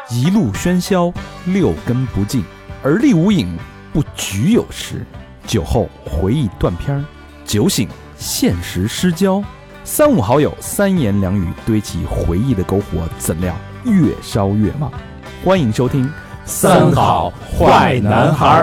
一路喧嚣，六根不净，而立无影，不局有时。酒后回忆断片，酒醒现实失焦。三五好友，三言两语堆起回忆的篝火，怎料越烧越旺。欢迎收听三好坏男孩。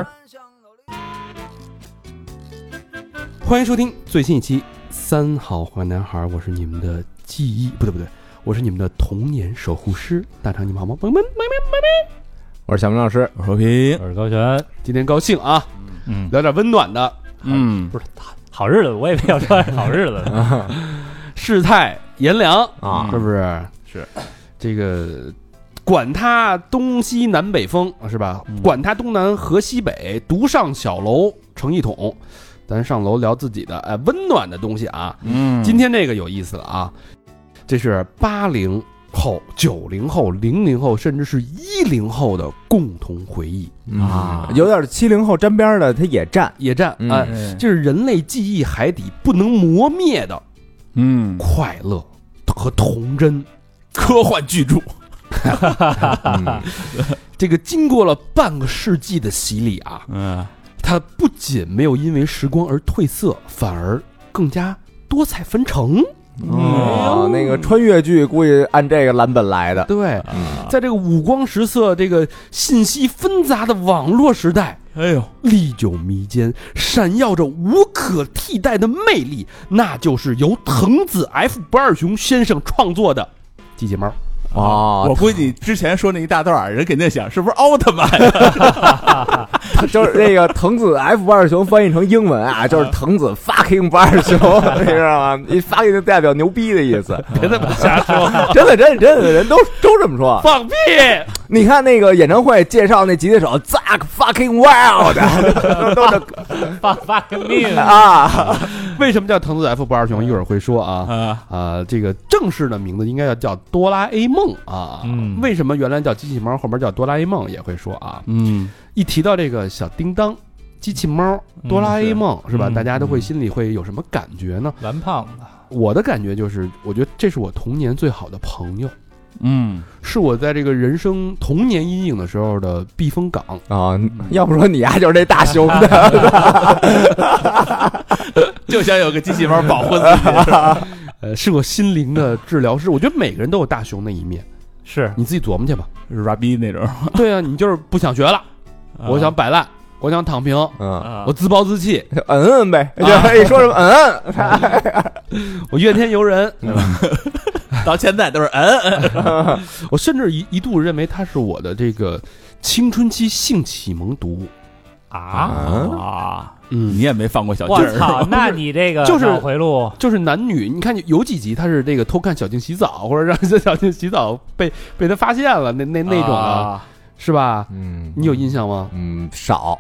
欢迎收听最新一期三好坏男孩，我是你们的记忆，不对，我是你们的童年守护师大肠，你们好吗？朋友们， 我是小明老师， 我是和平， 我是高璇。 今天高兴啊，聊点温暖的， 不是好日子，我也非要说是好日子。 世态炎凉啊， 是不是？ 是这个，管他东西南北风是吧？管他东南河西北，独上小楼成一统。咱上楼聊自己的温暖的东西啊。今天这个有意思了啊，这是80后、90后、00后，甚至是10后的共同回忆啊，有点70后沾边的，他也占， 这是人类记忆海底不能磨灭的，快乐和童真， 科幻巨著。 这个经过了半个世纪的洗礼啊，它不仅没有因为时光而褪色，反而更加多彩纷呈。 那个穿越剧估计按这个蓝本来的。 对，在这个五光十色、这个信息纷杂的网络时代，历久弥坚，闪耀着无可替代的魅力，那就是由藤子 F 不二雄先生创作的机器猫。 我估计你之前说那一大段，人肯定想是不是奥特曼？ 就是那个藤子 F 不二雄翻译成英文啊，就是藤子 fucking 不二雄，你知道吗？你 fucking 就代表牛逼的意思。 别这么瞎说， 真的，人都这么说。 放屁！ 你看那个演唱会介绍那吉他手 Zack fucking Wild， 都是 fucking me 啊！ 为什么叫藤子 F 不二雄？一会儿会说啊。这个正式的名字应该要叫哆啦 A 梦啊。为什么原来叫机器猫，后面叫哆啦 A 梦？也会说啊。一提到这个小叮当、机器猫、哆啦 A 梦，是吧？大家都会心里会有什么感觉呢？ 蓝胖子， 我的感觉就是，我觉得这是我童年最好的朋友。是我在这个人生童年阴影的时候的避风港啊！要不说你丫就是这大熊的， 就想有个机器猫保护自己。是我心灵的治疗师。我觉得每个人都有大熊那一面， 是你自己琢磨去吧。 是 Rabi 那种。对啊，你就是不想学了，我想摆烂，我想躺平，我自暴自弃， 呗，就说什么我怨天尤人。 到现在都是我甚至一度认为他是我的这个青春期性启蒙读物你也没放过小静儿。 我操，那你这个就是回路就是男女，你看有几集他是这个偷看小静洗澡，或者让小静洗澡被他发现了，那种啊，是吧？你有印象吗？ 少。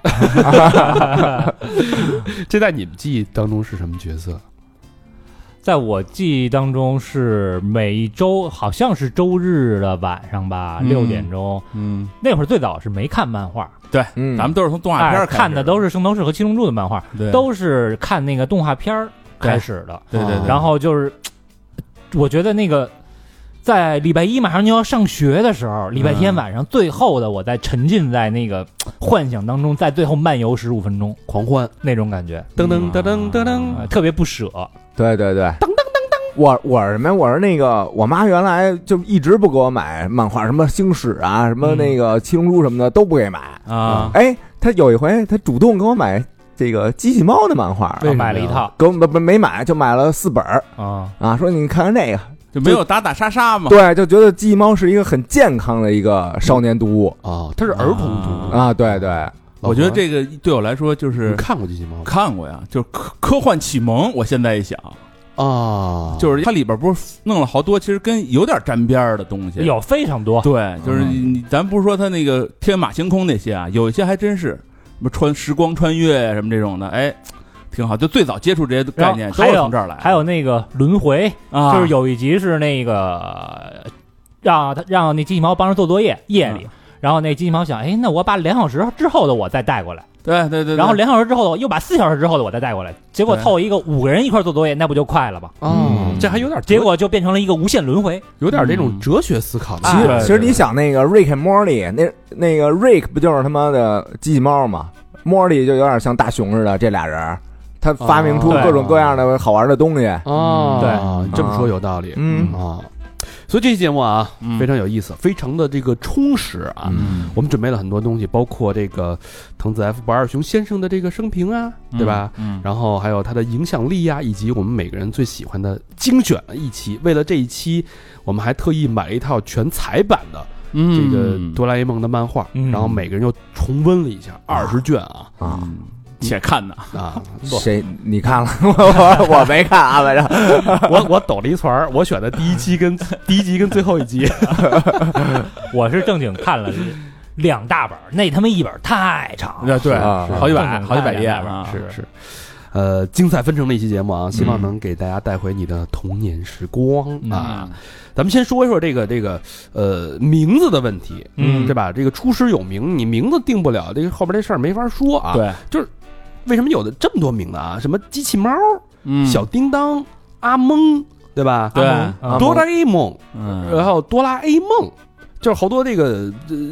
这在你们记忆当中是什么角色？ 在我记忆当中是每一周，好像是周日的晚上吧，6点钟。那会儿最早是没看漫画， 对，咱们都是从动画片看的，都是圣斗士和七龙珠的漫画，都是看那个动画片开始的。 对。 然后就是，我觉得那个在礼拜一马上就要上学的时候，礼拜天晚上最后的，我在沉浸在那个幻想当中，在最后漫游15分钟， 狂欢那种感觉， 噔噔噔噔噔噔， 特别不舍。 对，噔噔噔噔。我是什么？我是那个，我妈原来就一直不给我买漫画，什么星矢啊，什么那个七龙珠什么的都不给买啊。她有一回，她主动给我买这个机器猫的漫画， 买了一套， 给我没买，就买了4本说你看看这个， 就没有打杀杀嘛。 对，就觉得机器猫是一个很健康的一个少年读物啊，它是儿童读物啊。对， 我觉得这个对我来说就是你看过机器猫？ 看过呀，就是科幻启蒙。我现在一想就是它里边不是弄了好多其实跟有点沾边的东西， 有非常多。 对，就是咱不是说它那个天马行空那些啊，有一些还真是什么时光穿越什么这种的，挺好。就最早接触这些概念都是从这儿来。 还有那个轮回就是有一集是那个让那机器猫帮着做作业，夜里。 然后那机器猫想，哎，那我把2小时之后的我再带过来， 对， 然后2小时之后的我又把4小时之后的我再带过来，结果凑一个5个人一块做作业，那不就快了吗？ 这还有点， 结果就变成了一个无限轮回， 有点这种哲学思考的。 其实你想那个 Rick and Morty， 那个 Rick 不就是他妈的机器猫吗？Morty 就有点像大熊似的，这俩人。他发明出各种各样的好玩的东西对，这么说有道理，所以这期节目啊，非常有意思，非常的这个充实啊。我们准备了很多东西，包括这个藤子 F 不二雄先生的这个生平啊，对吧？然后还有他的影响力啊，以及我们每个人最喜欢的精选了一期。为了这一期，我们还特意买了一套全彩版的这个哆啦 A 梦的漫画，然后每个人又重温了一下20卷啊。 且看呢啊！ 谁你看了？我没看啊，反正我抖了一团，我选的第一集跟最后一集， 我是正经看了2大本，那他妈一本太长了， 对，好几百页吧， 是。精彩纷呈的一期节目啊，希望能给大家带回你的童年时光啊。咱们先说一说这个名字的问题，对吧？这个出师有名，你名字定不了，这个后边这事儿没法说啊。 对， 就是为什么有的这么多名字啊？什么机器猫、小叮当、阿蒙，对吧？ 对， 哆啦 A 梦，然后哆啦 A 梦。就是好多这个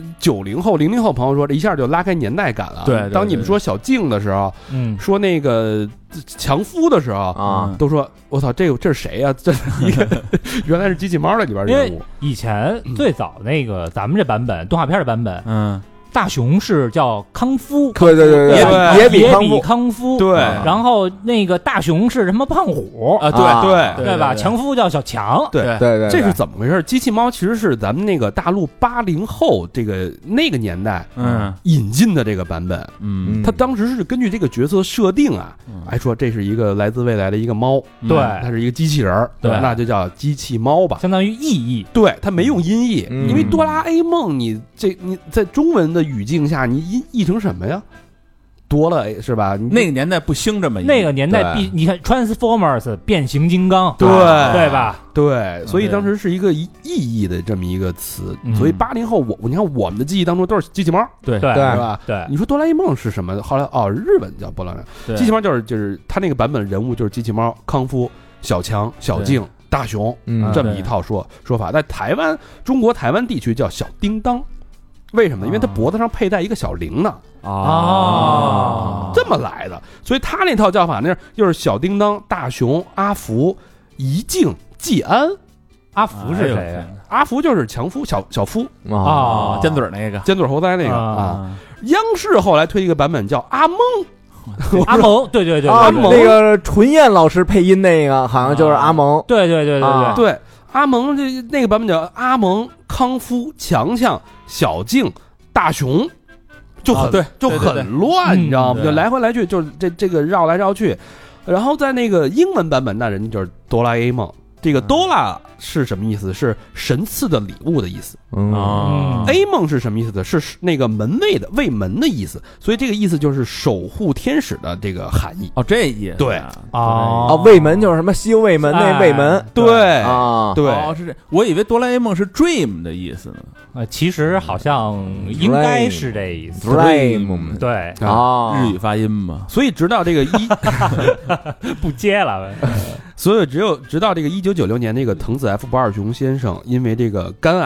90后、00后朋友说，这一下就拉开年代感了。 对， 当你们说小静的时候，说那个强夫的时候啊，都说我操，这是谁呀？这是一个原来是机器猫的里边人物。 因为以前最早那个咱们这版本动画片的版本，大雄是叫康夫， 对， 野比康夫， 对。 然后那个大雄是什么胖虎啊？ 对吧？强夫叫小强， 对，这是怎么回事？机器猫其实是咱们那个大陆80后那个年代引进的这个版本，他当时是根据这个角色设定啊，还说这是一个来自未来的一个猫， 对， 它是一个机器人，对，那就叫机器猫吧， 相当于意译， 对，它没用音译，因为哆啦 A 梦你在中文的语境下，你译成什么呀？多了是吧？ 那个年代不兴这么译， 那个年代你看 Transformers 变形金刚， 对吧？ 对，所以当时是一个意译的这么一个词，所以80后你看我们的记忆当中都是机器猫， 对， 是吧？ 对， 你说哆啦 A 梦是什么？后来日本叫波兰人，机器猫就是他那个版本人物就是机器猫、康夫、小强、小静、大雄这么一套说法，在中国台湾地区叫小叮当。为什么呢？因为他脖子上佩戴一个小铃铛这么来的，所以他那套叫法呢，就是小叮当、大雄、阿福、怡静、季安。 阿福是谁呀？ 阿福就是强夫小夫尖嘴那个， 尖嘴猴腮那个啊。央视后来推一个版本叫阿蒙。 阿蒙，对， 阿蒙那个纯燕老师配音那个好像就是阿蒙， 对， 阿蒙那个版本叫阿蒙、康夫、强强、小静、大雄，就很乱，你知道吗？就来回来去，就是这个绕来绕去。然后在那个英文版本，那人家就是哆啦 A 梦。这个哆啦是什么意思？是神赐的礼物的意思。A 梦是什么意思的？是那个门卫的卫门的意思。所以这个意思就是守护天使的这个含义。 这意思。 对卫门就是什么西游卫门那卫门。 对是这。我以为哆啦 A 梦是 dream 的意思呢。 其实好像应该是这意思。 dream 对日语发音嘛。 所以直到这个不接了。 所以直到这个1996年，那个藤子 F 不二雄先生因为这个肝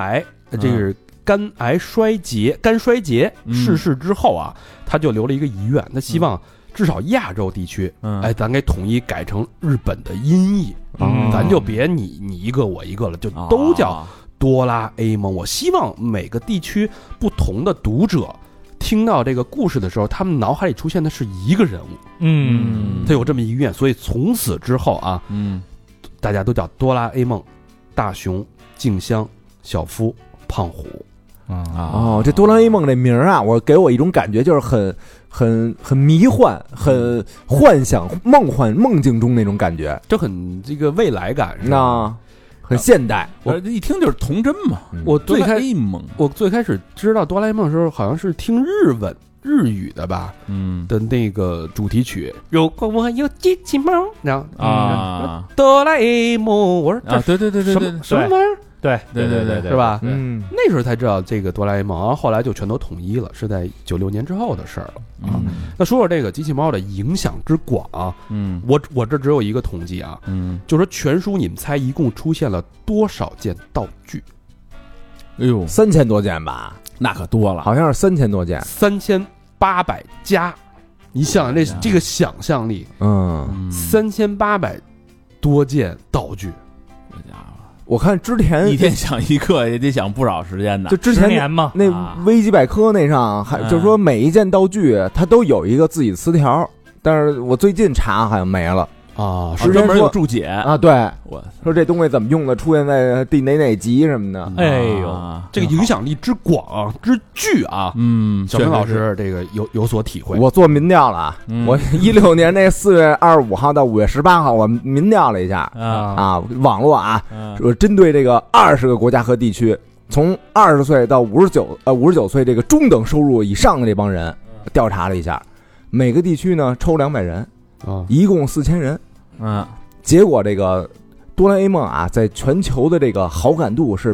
衰竭逝世之后啊，他就留了一个遗愿，他希望至少亚洲地区，咱给统一改成日本的音译，咱就别你一个我一个了，就都叫哆啦 A 梦。我希望每个地区不同的读者听到这个故事的时候，他们脑海里出现的是一个人物，他有这么一愿，所以从此之后啊，大家都叫哆啦 A 梦、大雄、静香、小夫、胖虎。 这哆啦 A 梦这名啊，给我一种感觉，就是很迷幻，很幻想、梦境中那种感觉， 这很这个未来感，是吧？ 很现代， 我一听就是童真嘛。 我最开始知道哆啦 A 梦的时候，好像是听日文日语的吧，的那个主题曲。如果我有机器猫，然后哆啦 A 梦，我说对， 什么玩意儿？ 对， 是吧？那时候才知道这个哆啦 A 梦，然后后来就全都统一了，是在96年之后的事儿了啊。那说说这个机器猫的影响之广啊，我这只有一个统计啊，就说全书你们猜一共出现了多少件道具？ 哎呦 ，3000多件吧， 那可多了， 好像是3000多件 ，3800加。你想想这个想象力，3800多件道具。 我看之前一天想一个也得想不少时间的， 就之前年嘛， 那维基百科那上还就是说每一件道具它都有一个自己词条，但是我最近查好像没了啊， 专门有注解啊。 对，我说这东西怎么用的，出现在第哪集什么的。 哎呦， 这个影响力之广之巨啊！小明老师这个有所体会。 我做民调了，我16年那4月25号到5月18号，我民调了一下网络针对这个20个国家和地区，从20岁到59岁这个中等收入以上的这帮人调查了一下，每个地区呢抽200人一共4000人。结果这个哆啦 A 梦在全球的这个好感度是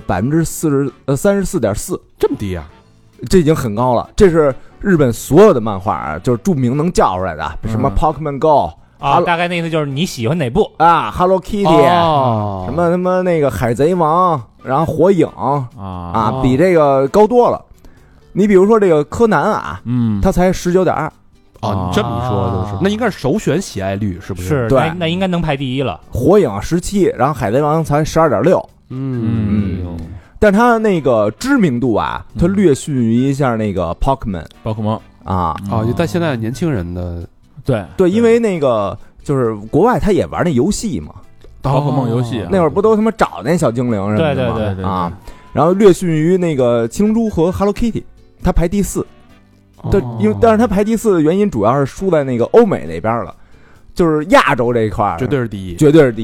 34.4%， 这么低啊？ 这已经很高了。这是日本所有的漫画就是著名能叫出来的，什么 Pokemon Go 大概那意思就是你喜欢哪部 Hello Kitty 什么那个海贼王，然后火影比这个高多了。你比如说这个柯南它才19.2。 你这么一说就是，那应该是首选喜爱率，是不是？ 是，对，那应该能排第一了。 火影17，然后海贼王才12.6。但是它那个知名度它略逊于一下那个 Pokemon 就在现在的年轻人的对，因为那个就是国外他也玩那游戏嘛， 宝可梦游戏那会儿不都他妈找那小精灵什么的吗？ 对然后略逊于那个七龙珠和 Hello Kitty， 它排第4。对，但是它排第4的原因主要是输在那个欧美那边了，就是亚洲这一块绝对是第一。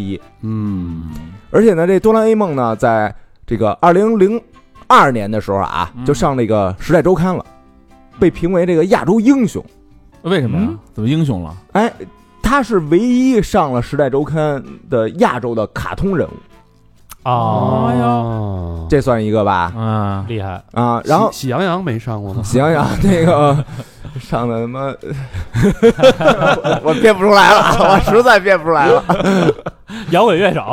而且呢，这哆啦 A 梦呢，在这个2002年的时候就上这个《时代周刊》了，被评为这个亚洲英雄。 为什么呀？怎么英雄了？ 他是唯一上了《时代周刊》的亚洲的卡通人物。这算一个吧？ 厉害然后喜羊羊没上过吗？ 喜羊羊那个上的什么？我编不出来了，我实在编不出来了。 摇滚乐手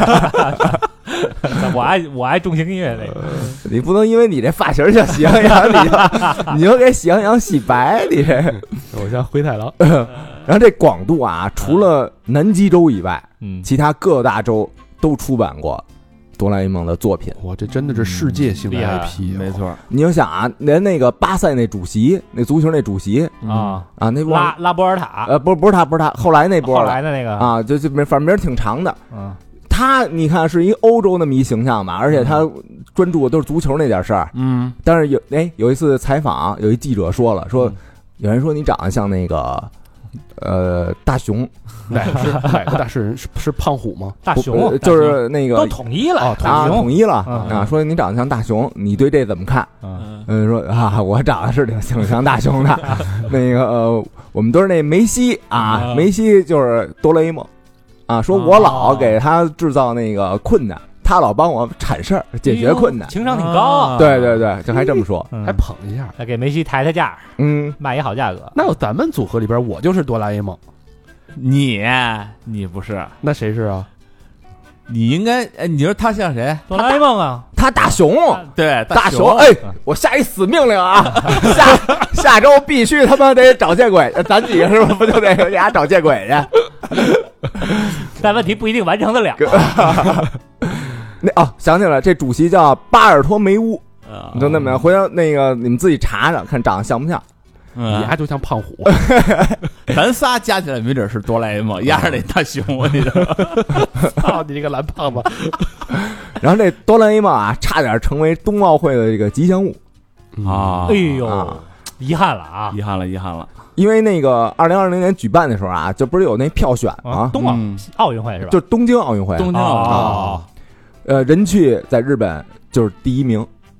我爱重型音乐那个。 你不能因为你这发型像喜羊羊，你就给喜羊羊洗白，你这我像灰太狼。 然后这广度除了南极洲以外，其他各大洲都出版过哆啦 A 梦的作品。 哇，这真的是世界性的 IP， 没错。 你就想连那个巴塞那主席，那足球那主席那拉波尔塔， 不是他，后来那波， 后来的那个就反正名挺长的。他你看是一欧洲那么一形象嘛，而且他专注的都是足球那点事儿。但是有一次采访，有一记者说有人说你长得像那个大熊。 哪个大诗人是胖虎吗？ 大熊就是那个都统一了统一了说你长得像大熊，你对这怎么看？说我长得是挺像大熊的。那个我们都是那梅西梅西就是哆啦 A 梦说我老给他制造那个困难，他老帮我铲事儿解决困难， 情商挺高。 对，就还这么说， 还捧一下， 还给梅西抬价，卖一好价格。 那咱们组合里边，我就是哆啦 A 梦。 你不是？ 那谁是啊？ 你应该你说他像谁？ 哆啦 A 梦他大熊。 对， 大熊。我下一死命令下周必须他妈得找见鬼，咱几个是不就得给他找见鬼去？ 但问题不一定完成得了。 想起来，这主席叫巴尔托梅乌，你就那么回头那个你们自己查查看长得像不像。 你丫就像胖虎， 咱仨加起来没准是哆啦 A 梦压着那大熊，你知道？ 操你这个蓝胖子！ 然后这哆啦 A 梦差点成为冬奥会的这个吉祥物哎呦，遗憾了。 因为那个2020年举办的时候就不是有那票选吗？ 奥运会是吧？ 就东京奥运会。 人气在日本就是第1名。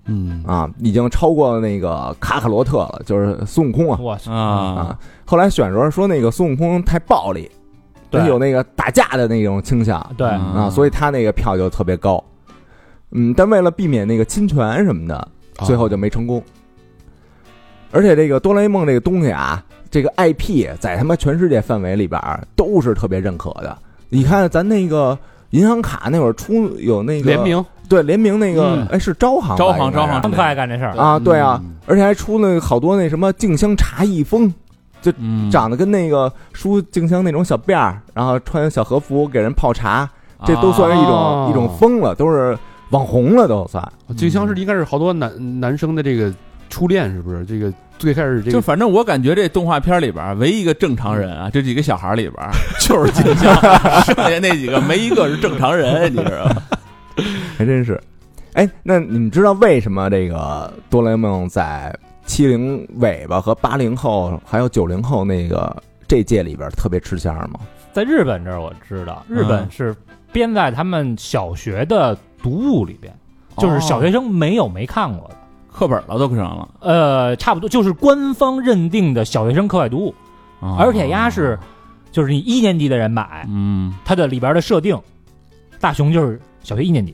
已经超过那个卡卡罗特了，就是孙悟空啊。 我操后来选的时候说那个孙悟空太暴力， 对， 有那个打架的那种倾向， 对所以他那个票就特别高。但为了避免那个侵权什么的，最后就没成功。而且这个哆啦 A 梦这个东西啊，这个 IP 在他妈全世界范围里边都是特别认可的。你看咱那个银行卡那会儿出有那个联名， 对联名那个，是招行他们特爱干这事儿啊，对啊，而且还出了好多那什么静香茶艺风，就长得跟那个梳静香那种小辫儿，然后穿小和服给人泡茶，这都算是一种风了，都是网红了都算。 静香是应该是好多男生的这个初恋，是不是？这个最开始这个， 就反正我感觉这动画片里边唯一一个正常人啊，这几个小孩里边就是静香，剩下那几个没一个是正常人，你知道吗？ 还真是。哎，那你们知道为什么这个哆啦 A 梦在70尾巴和80后还有90后那个这届里边特别吃香吗？ 在日本这儿我知道，日本是编在他们小学的读物里边，就是小学生没看过的。 课本了都上了， 差不多就是官方认定的小学生课外读物，而且鸭是，就是你1年级的人买，它的里边的设定，大雄就是小学1年级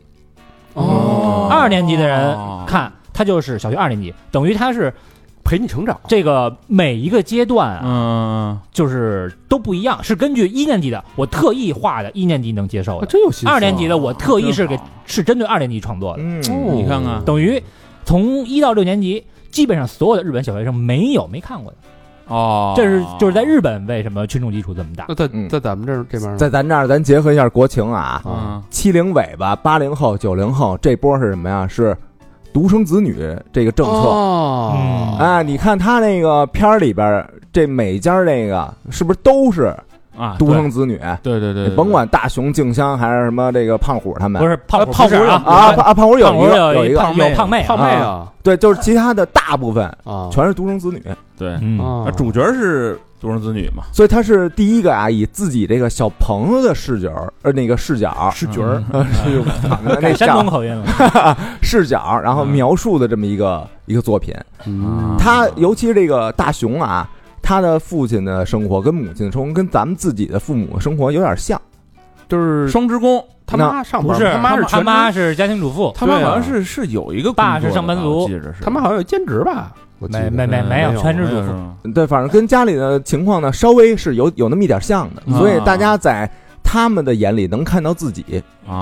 ，2年级的人看他就是小学2年级，等于他是陪你成长。 这个每一个阶段啊，就是都不一样，是根据1年级的我特意画的1年级能接受的， 真有心思。 2年级的我特意是针对2年级创作的， 你看看， 等于。从1到6年级，基本上所有的日本小学生没看过的这就是在日本为什么群众基础这么大？ 那在咱们这边， 在咱这儿，咱结合一下国情啊，70尾巴、80后、90后这波是什么呀？是独生子女这个政策你看他那个片儿里边，这每家这个是不是都是？独生子女， 对， 甭管大雄、静香还是什么这个胖虎他们， 不是胖虎胖虎有一个胖妹啊， 对，就是其他的大部分全是独生子女， 对，主角是独生子女嘛， 所以他是第一个以自己这个小朋友的视角， 改山东口音了， 视角，然后描述的这么一个作品，他尤其是这个大雄啊。他的父亲的生活跟母亲的生活跟咱们自己的父母的生活有点像， 就是双职工。 他妈上班， 不是他妈是家庭主妇， 他妈好像是有一个爸是上班族， 他妈好像有兼职吧？ 没有全职主妇。 对，反正跟家里的情况呢稍微是有那么一点像的，所以大家在他们的眼里能看到自己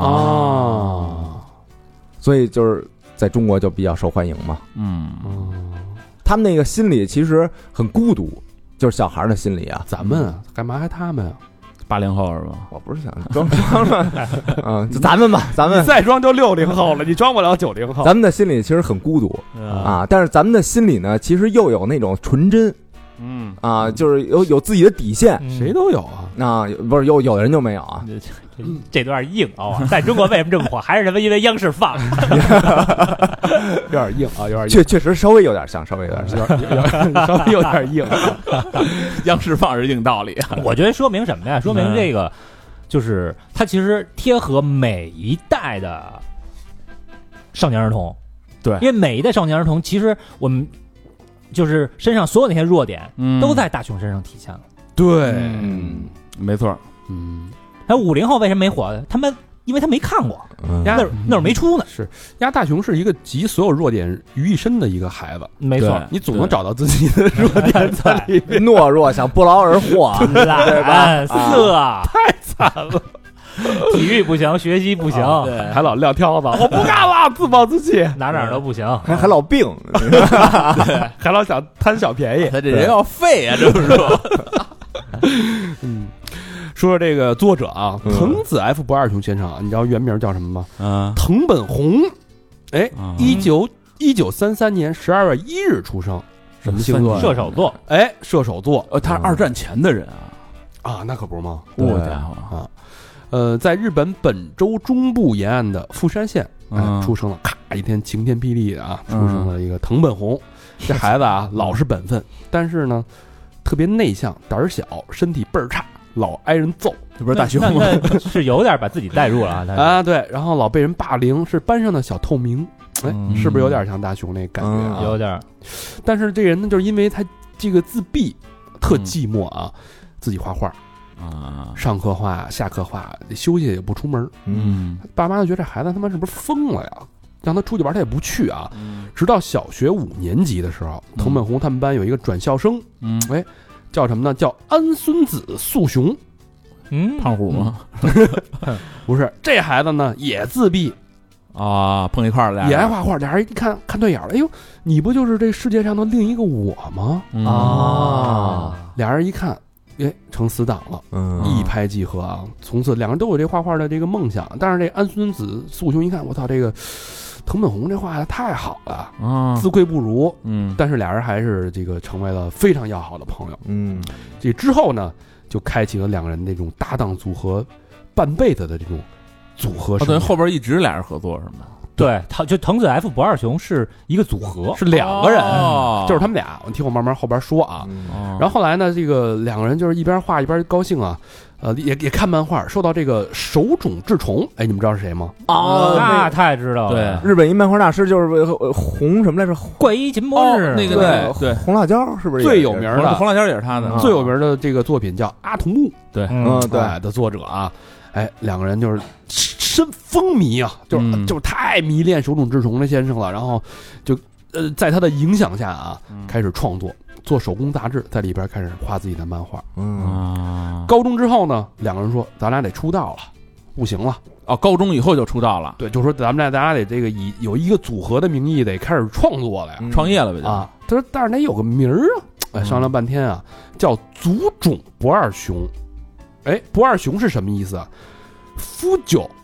所以就是在中国就比较受欢迎嘛。他们那个心里其实很孤独。就是小孩的心理啊， 咱们干嘛还他们 80后是吧？ 我不是想装就咱们吧，咱们你再装就60后了，你装不了90后。 咱们的心里其实很孤独但是咱们的心里呢，其实又有那种纯真，就是有自己的底线， 谁都有不是有的人就没有啊。 这段硬在中国为什么这么火？还是什么？因为央视放， 有点硬有点硬， 确实稍微有点像，稍微有点硬。 央视放是硬道理。 我觉得说明什么呀？说明这个就是它其实贴合每一代的少年儿童。 对， 因为每一代少年儿童，其实我们就是身上所有那些弱点，都在大雄身上体现了。 对， 没错。 还有50后为什么没火？因为他没看过，那会儿没出呢。 是，大雄是一个集所有弱点于一身的一个孩子， 没错， 你总能找到自己的弱点在里面。 懦弱，想不劳而获， 懒色， 太惨了。 体育不行，学习不行， 还老撂挑子，我不干了，自暴自弃， 哪都不行， 还老病， 还老想贪小便宜， 他这人要废啊，这不是说。 说这个作者藤子 F 不二雄先生你知道原名叫什么吗？藤本弘，1933年12月1日出生，什么星座？ 射手座。 射手座， 他是2战前的人那可不是吗？ 我家伙在日本本州中部沿岸的富山县出生了，咔一天晴天霹雳的出生了一个藤本弘。这孩子老实本分，但是呢特别内向，胆小，身体倍儿差。老挨人揍， 这不是大雄吗？ 是有点把自己带入了对，然后老被人霸凌，是班上的小透明。 是不是有点像大雄那感觉啊？ 有点。 但是这人呢，就是因为他这个自闭，特寂寞啊，自己画画啊， 上课画，下课画，休息也不出门。爸妈就觉得这孩子他妈是不是疯了呀？让他出去玩他也不去啊。直到小学5年级的时候，藤本弘他们班有一个转校生，叫什么呢？叫安孙子素雄。 胖虎吗？ 不是，这孩子呢也自闭啊，碰一块儿了， 也爱画画。俩人一看对眼了，哎呦，你不就是这世界上的另一个我吗？俩人一看，成死党了，一拍即合啊！从此两人都有这画画的这个梦想。但是这安孙子素雄一看，我操，这个藤本弘这画的太好了，自愧不如。但是俩人还是这个成为了非常要好的朋友。这之后呢，就开启了两个人那种搭档组合半辈子的这种组合。 对，后边一直俩人合作是吗？ 对，就藤子 F 不二雄是一个组合， 是2个人，就是他们俩。你听我慢慢后边说啊。然后后来呢，这个2个人就是一边画一边高兴啊，也看漫画，受到这个手冢治虫，你们知道是谁吗？ 那太知道了。 对，日本一漫画大师就是红什么来着？ 怪医秦博士， 那个对， 红辣椒是不是最有名的？ 红辣椒也是他的， 最有名的这个作品叫《阿童木》。 对， 对的作者啊。2个人就是深风靡啊，就是太迷恋手冢治虫的先生了，然后就在他的影响下啊，开始创作，做手工杂志，在里边开始画自己的漫画。高中之后呢，2个人说咱俩得出道了，不行了高中以后就出道了。 对，就说咱俩得这个有一个组合的名义得开始创作了呀， 创业了呗啊。他说但是得有个名儿啊，商量半天啊，叫足冢不二雄。不二雄是什么意思啊？夫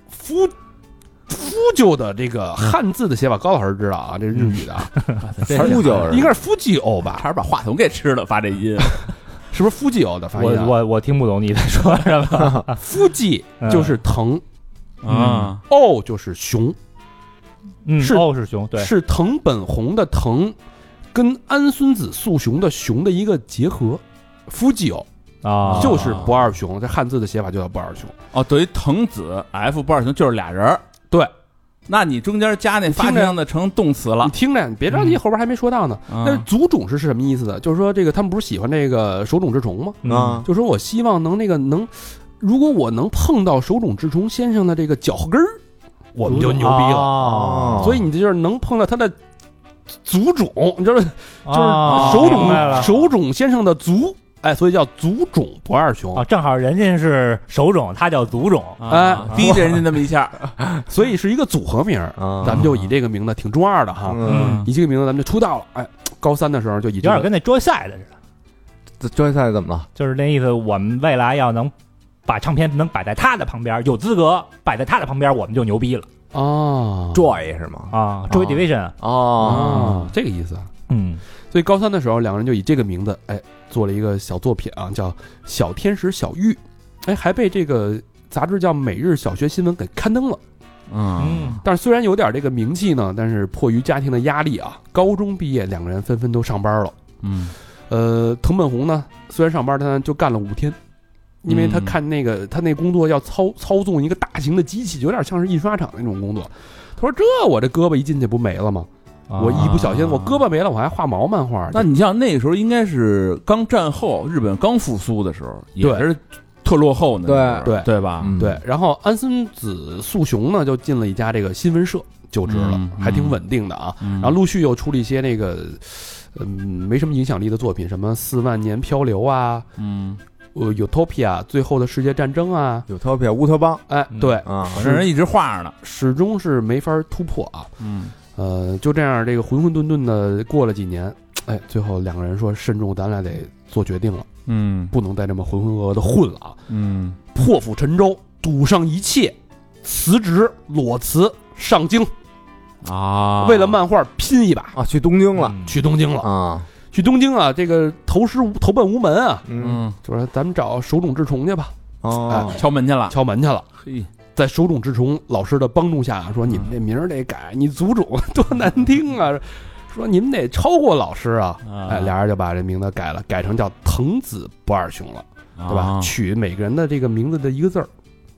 九的这个汉字的写法，高老师知道啊，这是日语的啊。 夫九应该是夫吉欧吧？ 差点把话筒给吃了，发这音， 是不是夫吉欧的发音？ 我听不懂你在说什么。 夫吉就是藤就是熊， 是是熊，对， 是藤本弘的藤跟安孙子素雄的雄的一个结合，夫吉欧。就是不二雄，这汉字的写法就叫不二雄。 等于藤子 F 不二雄就是俩人。 对， 那你中间加那发音的成动词了。 你听着，你别着急，后边还没说到呢。那足冢是什么意思呢？就是说这个他们不是喜欢这个手冢治虫吗？就说我希望能如果我能碰到手冢治虫先生的这个脚后跟儿，我们就牛逼了。所以你就是能碰到他的足冢，就是手冢先生的足。所以叫足冢不二雄正好人家是手冢，他叫足冢逼着人家那么一下， 所以是一个组合名。咱们就以这个名字挺中二的哈，以这个名字咱们就出道了。高3的时候就以有点跟那桌赛的似的。桌赛怎么了？ 就是那意思，我们未来要能把唱片能摆在他的旁边，有资格摆在他的旁边，我们就牛逼了。 Joy 是吗 ？Joy Division 这个意思。所以高3的时候，2个人就以这个名字做了一个小作品啊，叫《小天使小玉》，还被这个杂志叫《每日小学新闻》给刊登了。但是虽然有点这个名气呢，但是迫于家庭的压力啊，高中毕业2个人纷纷都上班了。藤本弘呢，虽然上班，他就干了5天，因为他看他那工作要操纵一个大型的机器，有点像是印刷厂那种工作。他说：“我这胳膊一进去不没了吗？我一不小心，我胳膊没了，我还画毛漫画。” 那你像那个时候，应该是刚战后，日本刚复苏的时候，也是特落后的， 对吧？ 对。然后安孙子素雄呢，就进了一家这个新闻社就职了，还挺稳定的啊。然后陆续又出了一些那个没什么影响力的作品，什么4万年漂流啊，Utopia 最后的世界战争啊 ，Utopia 乌托邦， 对这人一直画着呢， 始终是没法突破啊。就这样，这个混混沌沌的过了几年，最后2个人说慎重，咱俩得做决定了，不能再这么浑浑噩噩的混了啊，破釜沉舟，赌上一切，辞职裸辞上京为了漫画拼一把去东京了， 去东京啊，这个投奔无门啊，就说咱们找手冢治虫去吧， 敲门去了， 嘿。在手冢治虫老师的帮助下，说你们这名儿得改，你足冢多难听啊！说你们得超过老师啊！俩人就把这名字改了，改成叫藤子不二雄了，对吧？取每个人的这个名字的一个字儿，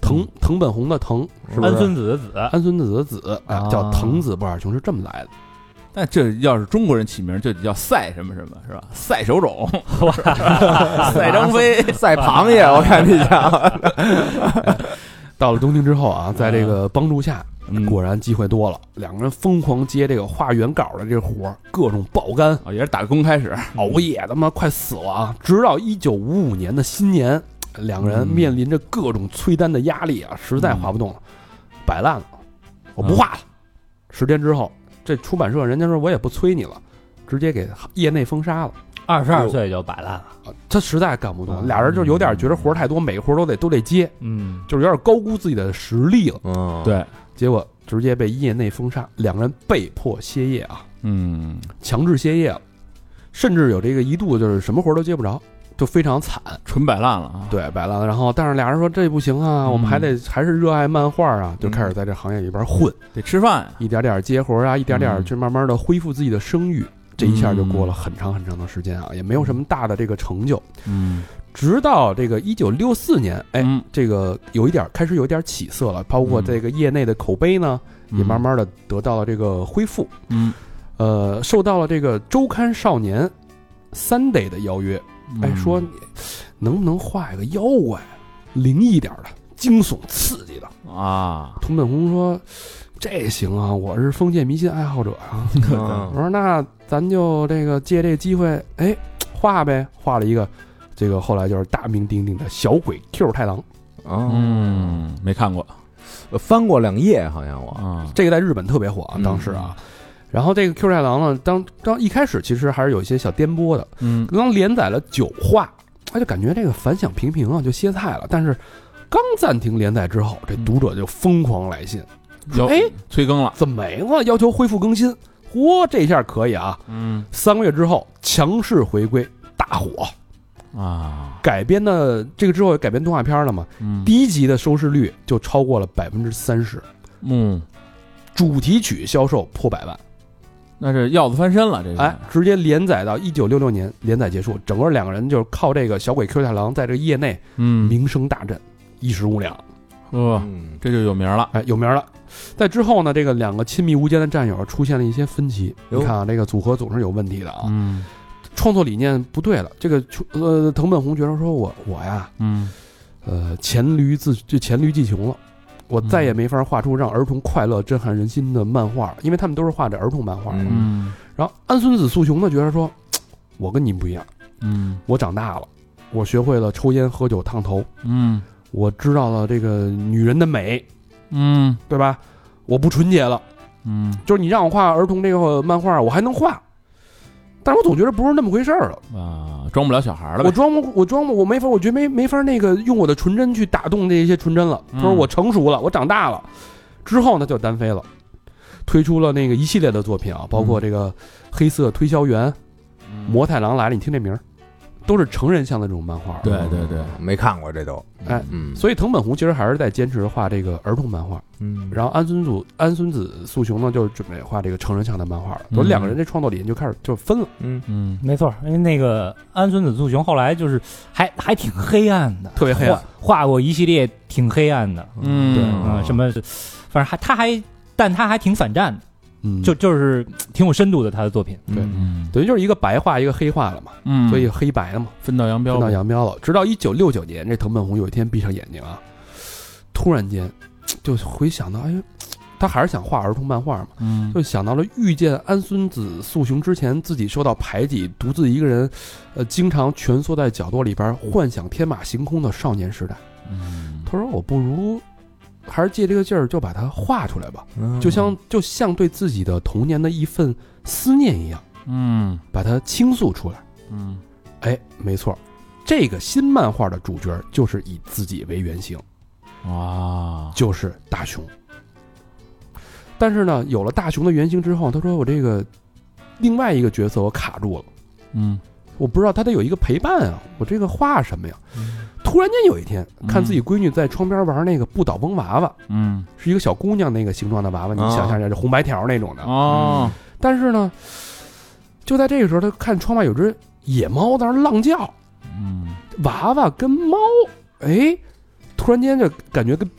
藤本弘的藤，是不是安孙子的子， 安孙子的子，哎，叫藤子不二雄是这么来的。 但这要是中国人起名，就叫赛什么什么，是吧？赛手冢，赛张飞， 赛螃蟹，我看你讲。 到了东京之后啊，在这个帮助下，果然机会多了，两个人疯狂接这个画原稿的这个活，各种爆肝啊，也是打工开始熬夜，他妈快死了啊！直到1955年的新年，两个人面临着各种催单的压力啊，实在画不动了，摆烂了，我不画了。10天之后，这出版社人家说我也不催你了，直接给业内封杀了。 22岁就摆烂了， 他实在干不动，俩人就有点觉得活太多，每个活都得接，就是有点高估自己的实力了。 对， 结果直接被业内封杀，两个人被迫歇业啊，强制歇业了，甚至有这个一度就是什么活都接不着，就非常惨， 纯摆烂了啊。 对，摆烂了。然后，但是俩人说这不行啊，我们还是热爱漫画啊，就开始在这行业里边混， 得吃饭， 一点点接活啊，一点点就慢慢的恢复自己的声誉。这一下就过了很长很长的时间啊，也没有什么大的这个成就。直到这个1964年，这个开始有一点起色了，包括这个业内的口碑呢，也慢慢的得到了这个恢复。受到了这个周刊少年 Sunday 的邀约，说你能不能画一个妖怪，灵异点的，惊悚刺激的啊？藤本弘说。这行啊，我是封建迷信爱好者啊。我说那咱就这个借这个机会，画呗，画了一个，这个后来就是大名鼎鼎的小鬼 Q 太郎。 没看过， 翻过2页，好像我这个在日本特别火啊，当时啊。然后这个 Q 太郎呢，当一开始其实还是有一些小颠簸的，刚连载了9话，他就感觉这个反响平平啊，就歇菜了。但是刚暂停连载之后，这读者就疯狂来信。 催更了， 怎么没了？要求恢复更新，这下可以啊！3个月之后强势回归，大火啊！改编的这个之后改编动画片了嘛？第1集的收视率就超过了30%，主题曲销售破100万， 那是鹞子翻身了，这个直接连载到1966年连载结束，整个两个人就是靠这个小鬼 Q 太郎在这个业内名声大振，一时无两。 这就有名了， 有名了。在之后呢，这个两个亲密无间的战友出现了一些分歧。你看啊，这个组合总是有问题的啊，创作理念不对了。这个藤本弘觉得说我呀，黔驴技穷了，我再也没法画出让儿童快乐、震撼人心的漫画，因为他们都是画着儿童漫画的。然后安孙子素雄呢，觉得说，我跟你不一样，我长大了，我学会了抽烟、喝酒、烫头，我知道了这个女人的美，对吧？我不纯洁了，就是你让我画儿童这个漫画，我还能画，但是我总觉得不是那么回事儿了啊，装不了小孩了。 我没法，我觉得没法那个用我的纯真去打动这些纯真了。他说我成熟了，我长大了，之后呢就单飞了，推出了那个一系列的作品啊，包括这个黑色推销员、魔太郎来了，你听这名儿。都是成人向的这种漫画， 对，没看过这都， 所以藤本弘其实还是在坚持画这个儿童漫画，然后安孙子素雄呢，就是准备画这个成人向的漫画了，所以两个人这创作理念就开始就分了， 没错，因为那个安孙子素雄后来就是还挺黑暗的， 特别黑暗， 画过一系列挺黑暗的，对，什么，反正但他还挺反战的。就是挺有深度的他的作品， 对，等于就是一个白画一个黑画了嘛，所以黑白了嘛， 分道扬镳了。直到1969年，这藤本弘有一天闭上眼睛啊，突然间就回想到，他还是想画儿童漫画嘛，就想到了遇见安孙子素雄之前自己受到排挤，独自一个人，经常蜷缩在角落里边幻想天马行空的少年时代。他说我不如。还是借这个劲儿就把它画出来吧，就像对自己的童年的一份思念一样，把它倾诉出来，没错，这个新漫画的主角就是以自己为原型，就是大雄。但是呢，有了大雄的原型之后，他说我这个另外一个角色我卡住了，我不知道他得有一个陪伴啊，我这个画什么呀？突然间有一天，看自己闺女在窗边玩那个不倒翁娃娃，是一个小姑娘那个形状的娃娃，你想象一下，这红白条那种的但是呢，就在这个时候，他看窗外有只野猫在那浪叫，娃娃跟猫，突然间就感觉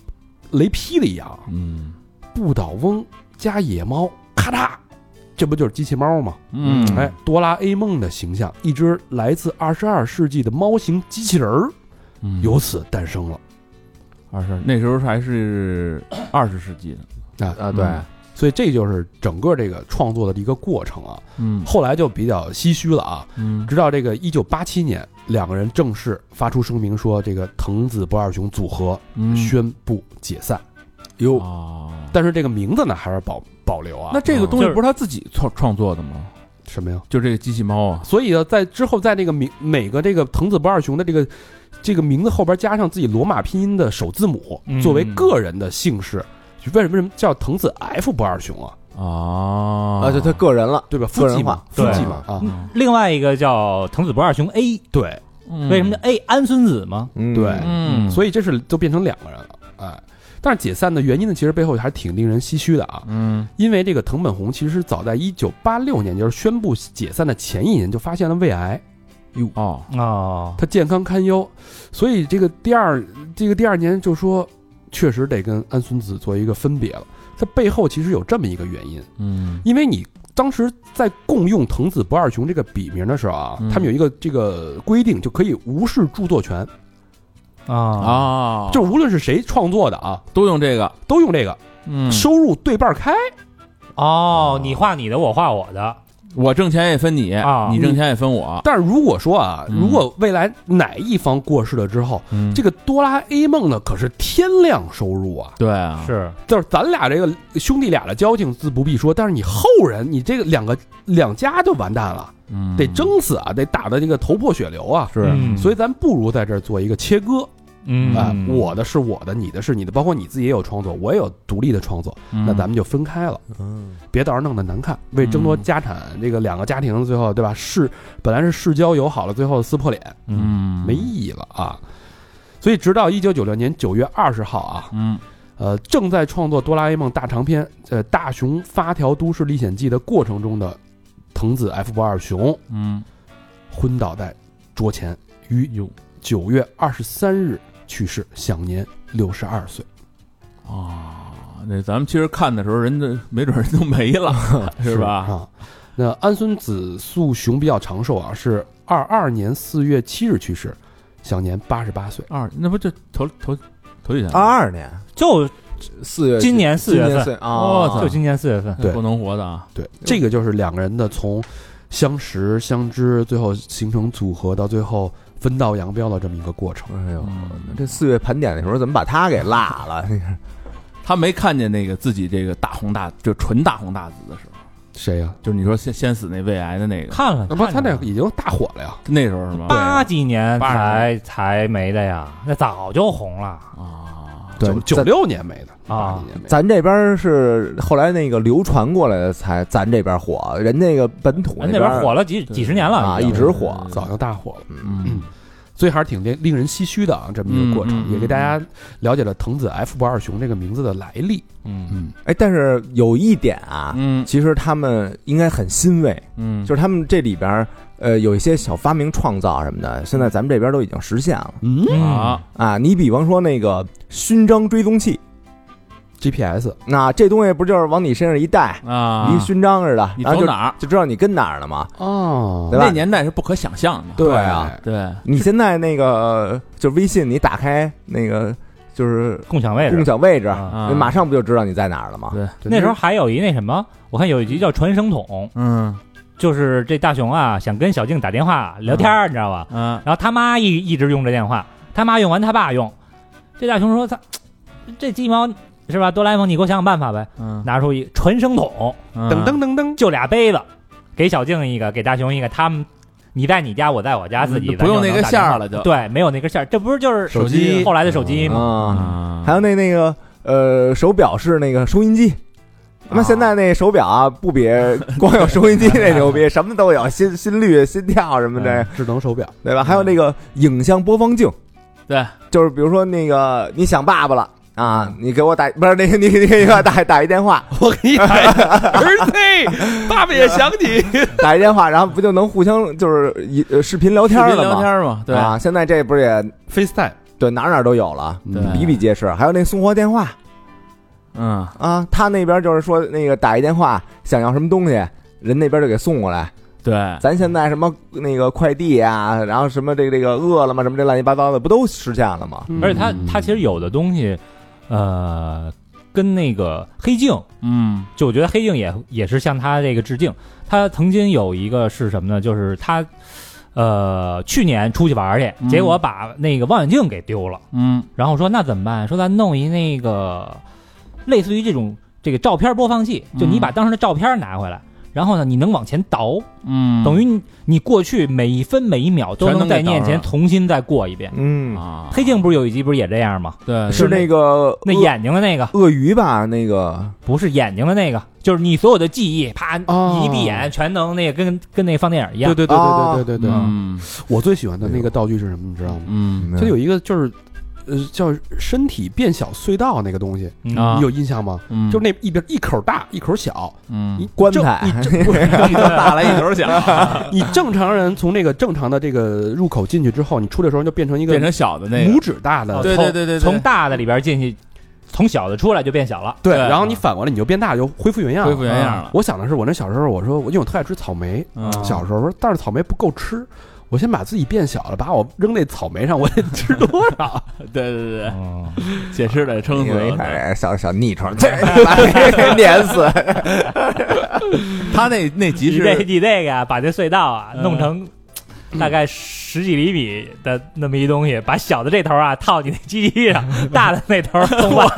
雷劈了一样，不倒翁加野猫，咔嚓，这不就是机器猫吗？哆啦 A 梦的形象，一只来自22世纪的猫型机器人儿，由此诞生了。 那时候还是20世纪的对。 所以这就是整个这个创作的一个过程啊。后来就比较唏嘘了啊。直到这个1987年，两个人正式发出声明说，这个藤子不二雄组合宣布解散。但是这个名字呢还是保留啊。 那这个东西不是他自己创作的吗？ 什么呀？ 就这个机器猫啊。 所以呢，在之后在这个每个这个藤子不二雄的这个名字后边加上自己罗马拼音的首字母，作为个人的姓氏。为什么叫藤子 F 不二雄啊？ 就他个人了， 对吧？夫妻嘛，啊。 另外一个叫藤子不二雄 A， 对，为什么叫 A 安孙子嘛？ 对，所以这是都变成两个人了，哎。但是解散的原因呢，其实背后还挺令人唏嘘的啊。因为这个藤本弘其实早在1986年，就是宣布解散的前一年就发现了胃癌。他健康堪忧，所以这个第二年就说。确实得跟安孙子做一个分别了，它背后其实有这么一个原因，因为你当时在共用藤子不二雄这个笔名的时候啊，他们有一个这个规定，就可以无视著作权就无论是谁创作的啊， 都用这个， 收入对半开。 你画你的，我画我的。 我挣钱也分你你挣钱也分我。 但是如果说啊，如果未来哪一方过世了之后，这个哆啦 A 梦呢可是天量收入啊。 对啊， 就是咱俩这个兄弟俩的交情自不必说，但是你后人，你这个两家就完蛋了，得争死啊，得打的这个头破血流啊。所以咱不如在这儿做一个切割。我的是我的，你的是你的，包括你自己也有创作，我也有独立的创作，那咱们就分开了，别到时候弄得难看，为争夺家产，这个两个家庭最后对吧？本来是世交友好了，最后撕破脸，没意义了啊。所以直到1996年9月20号啊，正在创作哆啦 A 梦大长篇大雄发条都市历险记的过程中的藤子 F 不二雄，昏倒在桌前，于9月23日去世，享年62岁。 那咱们其实看的时候，人家没准人都没了，是吧？ 那安孙子素雄比较长寿啊，是22年4月7日去世，享年88岁。 那不就头几天 ？22年就 4月， 今年4月份就今年4月份， 对， 不能活的啊。 对，这个就是两个人的从相识相知，最后形成组合，到最后分道扬镳的这么一个过程。 这4月盘点的时候怎么把他给落了？ 他没看见那个自己这个就纯大红大紫的时候。 谁呀？ 就是你说先死那胃癌的那个。 看了， 不，他那已经大火了呀。 那时候是吗 ？80几年才没的呀，那早就红了啊。对，96年没的啊。 咱这边是后来那个流传过来的，才咱这边火。人那个本土那边火了几十年了啊，一直火， 早就大火了。所以还是挺令人唏嘘的啊，这么一个过程，也给大家了解了藤子 F 不二雄这个名字的来历。 但是有一点啊，其实他们应该很欣慰，就是他们这里边有一些小发明创造什么的，现在咱们这边都已经实现了。你比方说那个勋章追踪器。 GPS， 那这东西不就是往你身上一戴一勋章似的， 你走哪儿就知道你跟哪儿了吗？ 对吧？那年代是不可想象的。 对啊， 对， 你现在那个就微信，你打开那个就是共享位置， 马上不就知道你在哪儿了吗？ 对，那时候还有一那什么，我看有一集叫传声筒，就是这大雄啊想跟小静打电话聊天，你知道吧？然后他妈一直用这电话，他妈用完他爸用，这大雄说这鸡毛。是吧？哆啦 A 梦，你给我想想办法呗。拿出一传声筒，噔噔噔噔，就俩杯子，给小静一个，给大雄一个。他们，你在你家，我在我家，自己不用那个线了，就对，没有那个线，这不是就是手机后来的手机吗？ 还有那个手表是那个收音机。那现在那手表啊，不比光有收音机那牛逼，什么都有，心率、心跳什么的， 智能手表， 对吧？还有那个影像播放镜， 对， 就是比如说那个你想爸爸了。你给我打，不是那个，你给我打一电话， 我给你打，儿子，爸爸也想你， 打一电话，然后不就能互相就是视频聊天了吗？ 聊天嘛，对啊，现在这不是也 FaceTime， 对，哪哪都有了， 对比比皆是。还有那送货电话，啊，他那边就是说那个打一电话想要什么东西，人那边就给送过来。 对， 咱现在什么那个快递啊，然后什么这个饿了么什么这乱七八糟的，不都实现了吗？ 而且它其实有的东西，跟那个黑镜，就我觉得黑镜也是向他这个致敬。他曾经有一个是什么呢？就是他去年出去玩去，结果把那个望远镜给丢了，然后说那怎么办？说咱弄一那个类似于这个照片播放器，就你把当时的照片拿回来。然后呢，你能往前倒，等于你过去每一分每一秒都能在你眼前重新再过一遍。黑镜不是有一集不是也这样吗？ 对， 是那个那眼睛的那个鳄鱼吧？那个不是眼睛的那个，就是你所有的记忆，啪一闭眼全能那个跟那放电影一样。 对，我最喜欢的那个道具是什么？你知道吗？它有一个就是。叫身体变小隧道那个东西，你有印象吗？就是那一边一口大一口小， 棺材， 一口大了一口小。 你正常人从那个正常的这个入口进去之后，你出来的时候就变成小的那个拇指大的， 对， 从大的里边进去，从小的出来就变小了。 对，然后你反过来你就变大，就恢复原样了。 我想的是，我那小时候我说，因为我特爱吃草莓，小时候说，但是草莓不够吃。我先把自己变小了，把我扔那草莓上，我得吃多少？ 对，解释得撑死， 小逆虫，把给碾死。 他那集是你这个把这隧道啊弄成大概10几厘米的那么一东西，把小的这头啊套你那机器上，大的那头送外。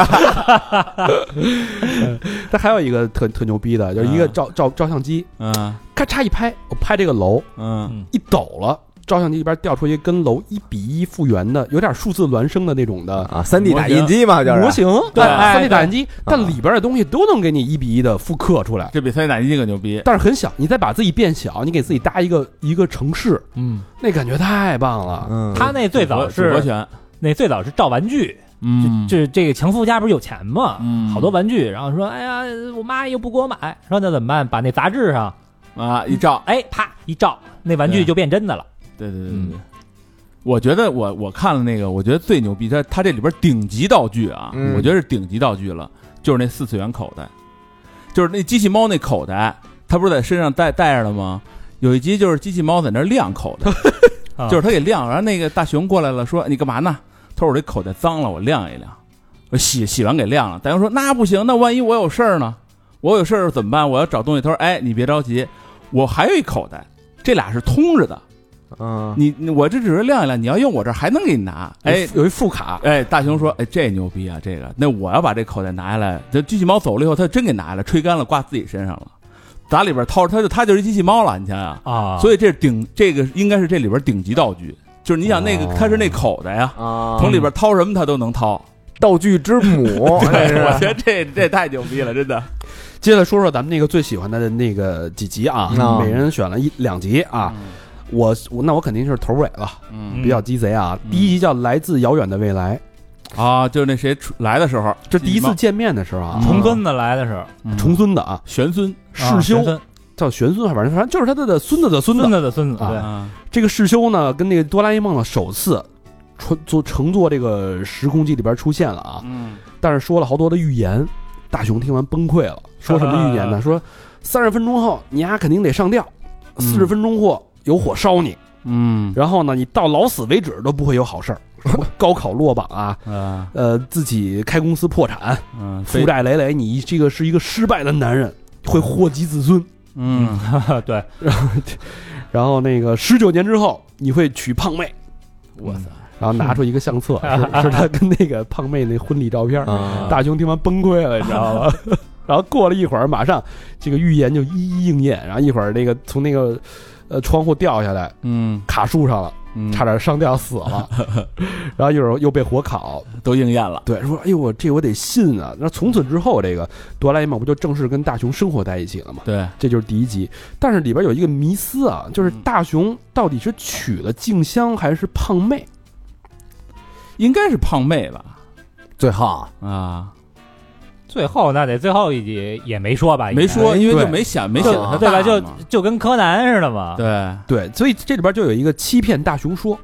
他还有一个特牛逼的，就是一个照相机，咔嚓一拍，我拍这个楼，一抖了，照相机里边调出一个跟楼1:1复原的，有点数字孪生的那种的 3D 打印机嘛，就是模型，对，3D 打印机，但里边的东西都能给你1:1的复刻出来， 这比 3D 打印机更牛逼。 但是很小，你再把自己变小，你给自己搭一个城市，那感觉太棒了。 他那最早是照玩具。就是这个强夫家不是有钱嘛，好多玩具，然后说，哎呀，我妈又不给我买，说那怎么办？把那杂志上一照， 啪一照，那玩具就变真的了。 对，我觉得我看了那个，我觉得最牛逼，他这里边顶级道具啊，我觉得是顶级道具了，就是那4次元口袋，就是那机器猫那口袋，他不是在身上带着了吗？有一集就是机器猫在那晾口袋，就是他给晾，然后那个大熊过来了，说你干嘛呢？他说我这口袋脏了，我晾一晾，我洗完给晾了。大熊说那不行，那万一我有事儿呢？我有事儿怎么办？我要找东西。他说你别着急，我还有一口袋，这俩是通着的。我这只是晾一晾，你要用我这还能给你拿。 有一副卡。 大熊说这牛逼啊，这个那我要把这口袋拿下来。这机器猫走了以后，他真给拿下来，吹干了挂自己身上了。打里边掏着，他就是一机器猫了，你想想啊。所以这个应该是这里边顶级道具。就是你想那个，它是那口袋呀，从里边掏什么它都能掏， 道具之母。 我觉得这太牛逼了，真的。 接着说说咱们那个最喜欢的那个几集啊，每人选了2集啊。那我肯定是头尾了，比较鸡贼啊。第一集叫《来自遥远的未来》 啊，就是那谁来的时候， 这第一次见面的时候啊， 重孙子来的时候， 重孙子啊， 玄孙世修。叫玄孙，反正就是他的孙子的孙子啊。 这个世修呢，跟那个哆啦 A 梦的首次乘坐这个时空机里边出现了啊。但是说了好多的预言，大雄听完崩溃了，说什么预言呢？说30分钟后你丫肯定得上吊，40分钟后有火烧你，然后呢你到老死为止都不会有好事儿，什么高考落榜啊，自己开公司破产，负债累累，你这个是一个失败的男人，会祸及子孙。 对， 然后那个19年之后你会娶胖妹， 哇塞！ 然后拿出一个相册，是他跟那个胖妹那婚礼照片。大雄听完崩溃了，你知道吗？然后过了一会儿，马上这个预言就一一应验。然后一会儿那个从那个窗户掉下来，卡树上了。差点上吊死了，然后一会儿又被火烤， 都应验了。 对，说哎呦我得信啊！那从此之后，这个哆啦 A 梦不就正式跟大雄生活在一起了吗？ 对， 这就是第一集。但是里边有一个迷思啊，就是大雄到底是娶了静香还是胖妹？ 应该是胖妹吧？ 最后啊。 最后那得最后一集也没说吧？ 没说，因为就没显他对吧？就跟柯南似的嘛。 对， 所以这里边就有一个欺骗大雄说，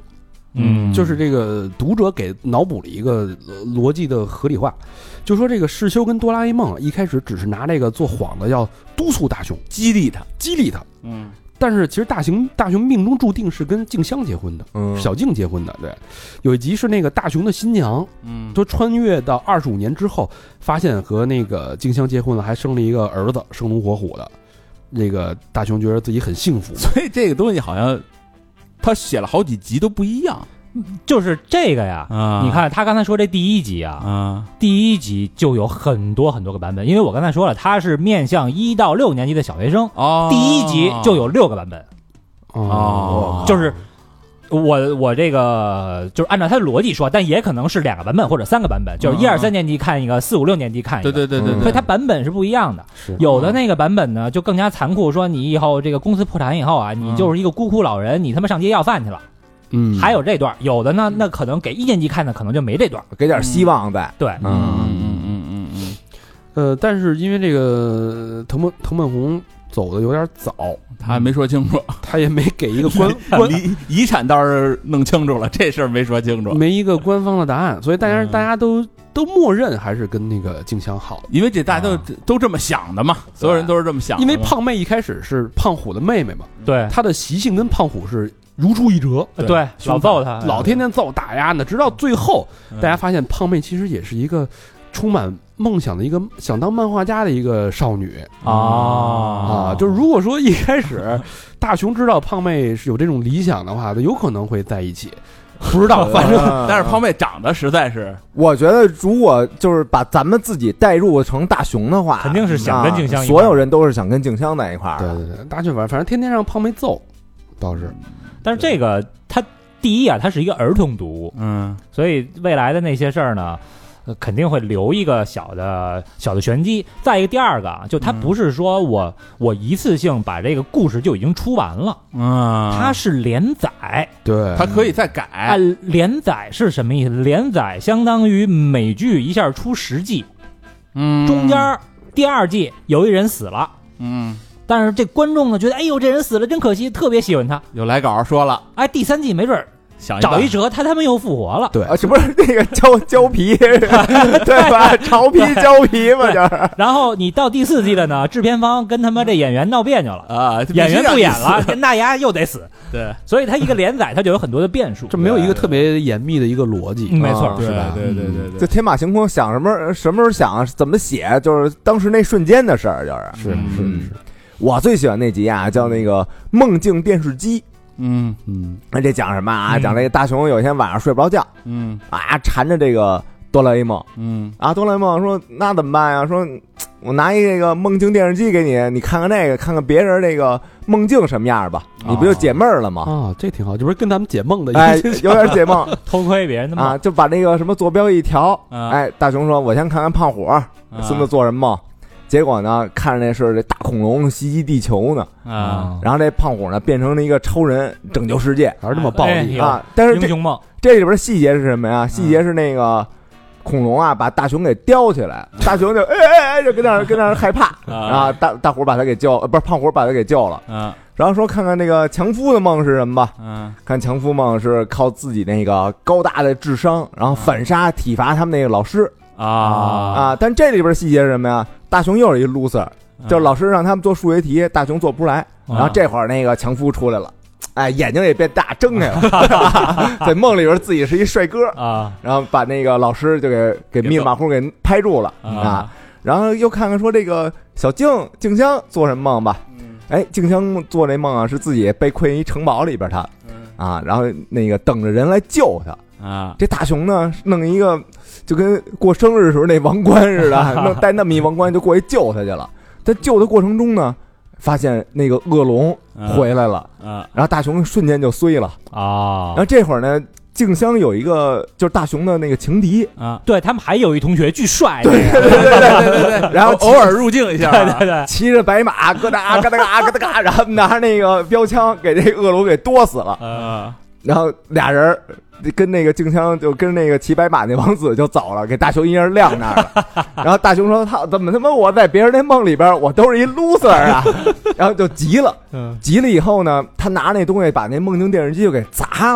就是这个读者给脑补了一个逻辑的合理化，就说这个世修跟哆啦 A 梦一开始只是拿这个做幌子，要督促大雄，激励他，但是其实大雄命中注定是跟静香结婚的，小静结婚的。对，有一集是那个大雄的新娘，都穿越到25年之后，发现和那个静香结婚了，还生了一个儿子，生龙活虎的。这个大雄觉得自己很幸福， 所以这个东西好像他写了好几集都不一样。 就是这个呀，你看他刚才说这第一集啊，第一集就有很多很多个版本，因为我刚才说了，他是面向1到6年级的小学生，第一集就有6个版本，就是我这个就是按照他的逻辑说，但也可能是2个版本或者3个版本，就是1、2、3年级看一个，4、5、6年级看一个， 对， 所以它版本是不一样的。有的那个版本呢，就更加残酷，说你以后这个公司破产以后啊，你就是一个孤苦老人，你他妈上街要饭去了。还有这段，有的呢，那可能给1年级看的可能就没这段， 给点希望在。 对， 但是因为这个藤本弘走的有点早， 他还没说清楚， 他也没给一个遗产倒是弄清楚了，这事儿没说清楚， 没一个官方的答案，所以大家都默认还是跟那个静香好， 因为这大家都这么想的嘛，所有人都是这么想的。 因为胖妹一开始是胖虎的妹妹嘛， 对， 她的习性跟胖虎是如出一辙， 对，老揍他， 老天天揍打压呢，直到最后，大家发现胖妹其实也是一个充满梦想的一个想当漫画家的一个少女就是如果说一开始大雄知道胖妹是有这种理想的话，有可能会在一起。不知道，反正但是胖妹长得实在是， 我觉得如果就是把咱们自己代入成大雄的话， 肯定是想跟静香一块儿， 所有人都是想跟静香在一块儿。 对，大雄反正天天让胖妹揍，倒是。 但是这个它第一啊，它是一个儿童读物，所以未来的那些事儿呢，肯定会留一个小的玄机。再一个，第二个啊，就它不是说我一次性把这个故事就已经出完了，它是连载， 对， 它可以再改。 连载是什么意思？连载相当于美剧一下出10季，中间第2季有一人死了，但是这观众呢觉得，哎呦，这人死了真可惜，特别喜欢他， 有来稿说了， 哎，第3季没准找一折，他们又复活了。 对，这不是那个胶皮，对吧？潮皮胶皮嘛，就是。 然后你到第4季了呢，制片方跟他妈这演员闹别扭了啊，演员不演了，跟大牙又得死。对，所以他一个连载，他就有很多的变数， 这没有一个特别严密的一个逻辑。 没错， 是吧？ 对。 就天马行空，想什么时候想怎么写，就是当时那瞬间的事儿，就是。我最喜欢那集啊，叫那个梦境电视机。那这讲什么啊？讲这个大雄有一天晚上睡不着觉，缠着这个哆啦 A 梦，哆啦 A 梦说那怎么办呀？说我拿一这个梦境电视机给你，你看看那个，看看别人这个梦境什么样吧，你不就解闷了吗？ 这挺好，这不是跟咱们解梦的， 有点解梦， 偷窥别人的梦就把那个什么坐标一调，大雄说我先看看胖虎孙子做什么梦。结果呢，看着那是这大恐龙袭击地球呢，然后这胖虎呢变成了一个超人拯救世界， 还是这么暴力但是英雄梦这里边细节是什么呀？细节是那个恐龙啊把大雄给叼起来，大雄就就跟那害怕，然后大虎把他给救，不是胖虎把他给救了，然后说看看那个强夫的梦是什么吧，看强夫梦是靠自己那个高大的智商，然后反杀体罚他们那个老师。但这里边细节是什么呀？大雄又是一 loser， 就是老师让他们做数学题，大雄做不出来，然后这会儿那个强夫出来了，眼睛也变大，睁开了，在梦里边自己是一帅哥然后把那个老师就给密密麻糊给拍住了然后又看看说这个小静香做什么梦吧，静香做这梦啊是自己被困一城堡里边然后那个等着人来救他这大雄呢弄一个就跟过生日时候那王冠似的，带那么一王冠就过去救他去了。在救的过程中呢，发现那个恶龙回来了，然后大雄瞬间就衰了然后这会儿呢，静香有一个就是大雄的那个情敌对他们还有一同学巨帅， 对，然后偶尔入境一下， 对， 骑着白马咯哒咯哒咯哒嘎，然后拿着那个标枪给这恶龙给剁死了然后俩人跟那个静香就跟那个骑白马那王子就走了，给大雄一人晾那儿了。然后大雄说：“操，怎么他妈我在别人那梦里边我都是一 loser 啊！”然后就急了，急了以后呢，他拿那东西把那梦境电视机就给砸了。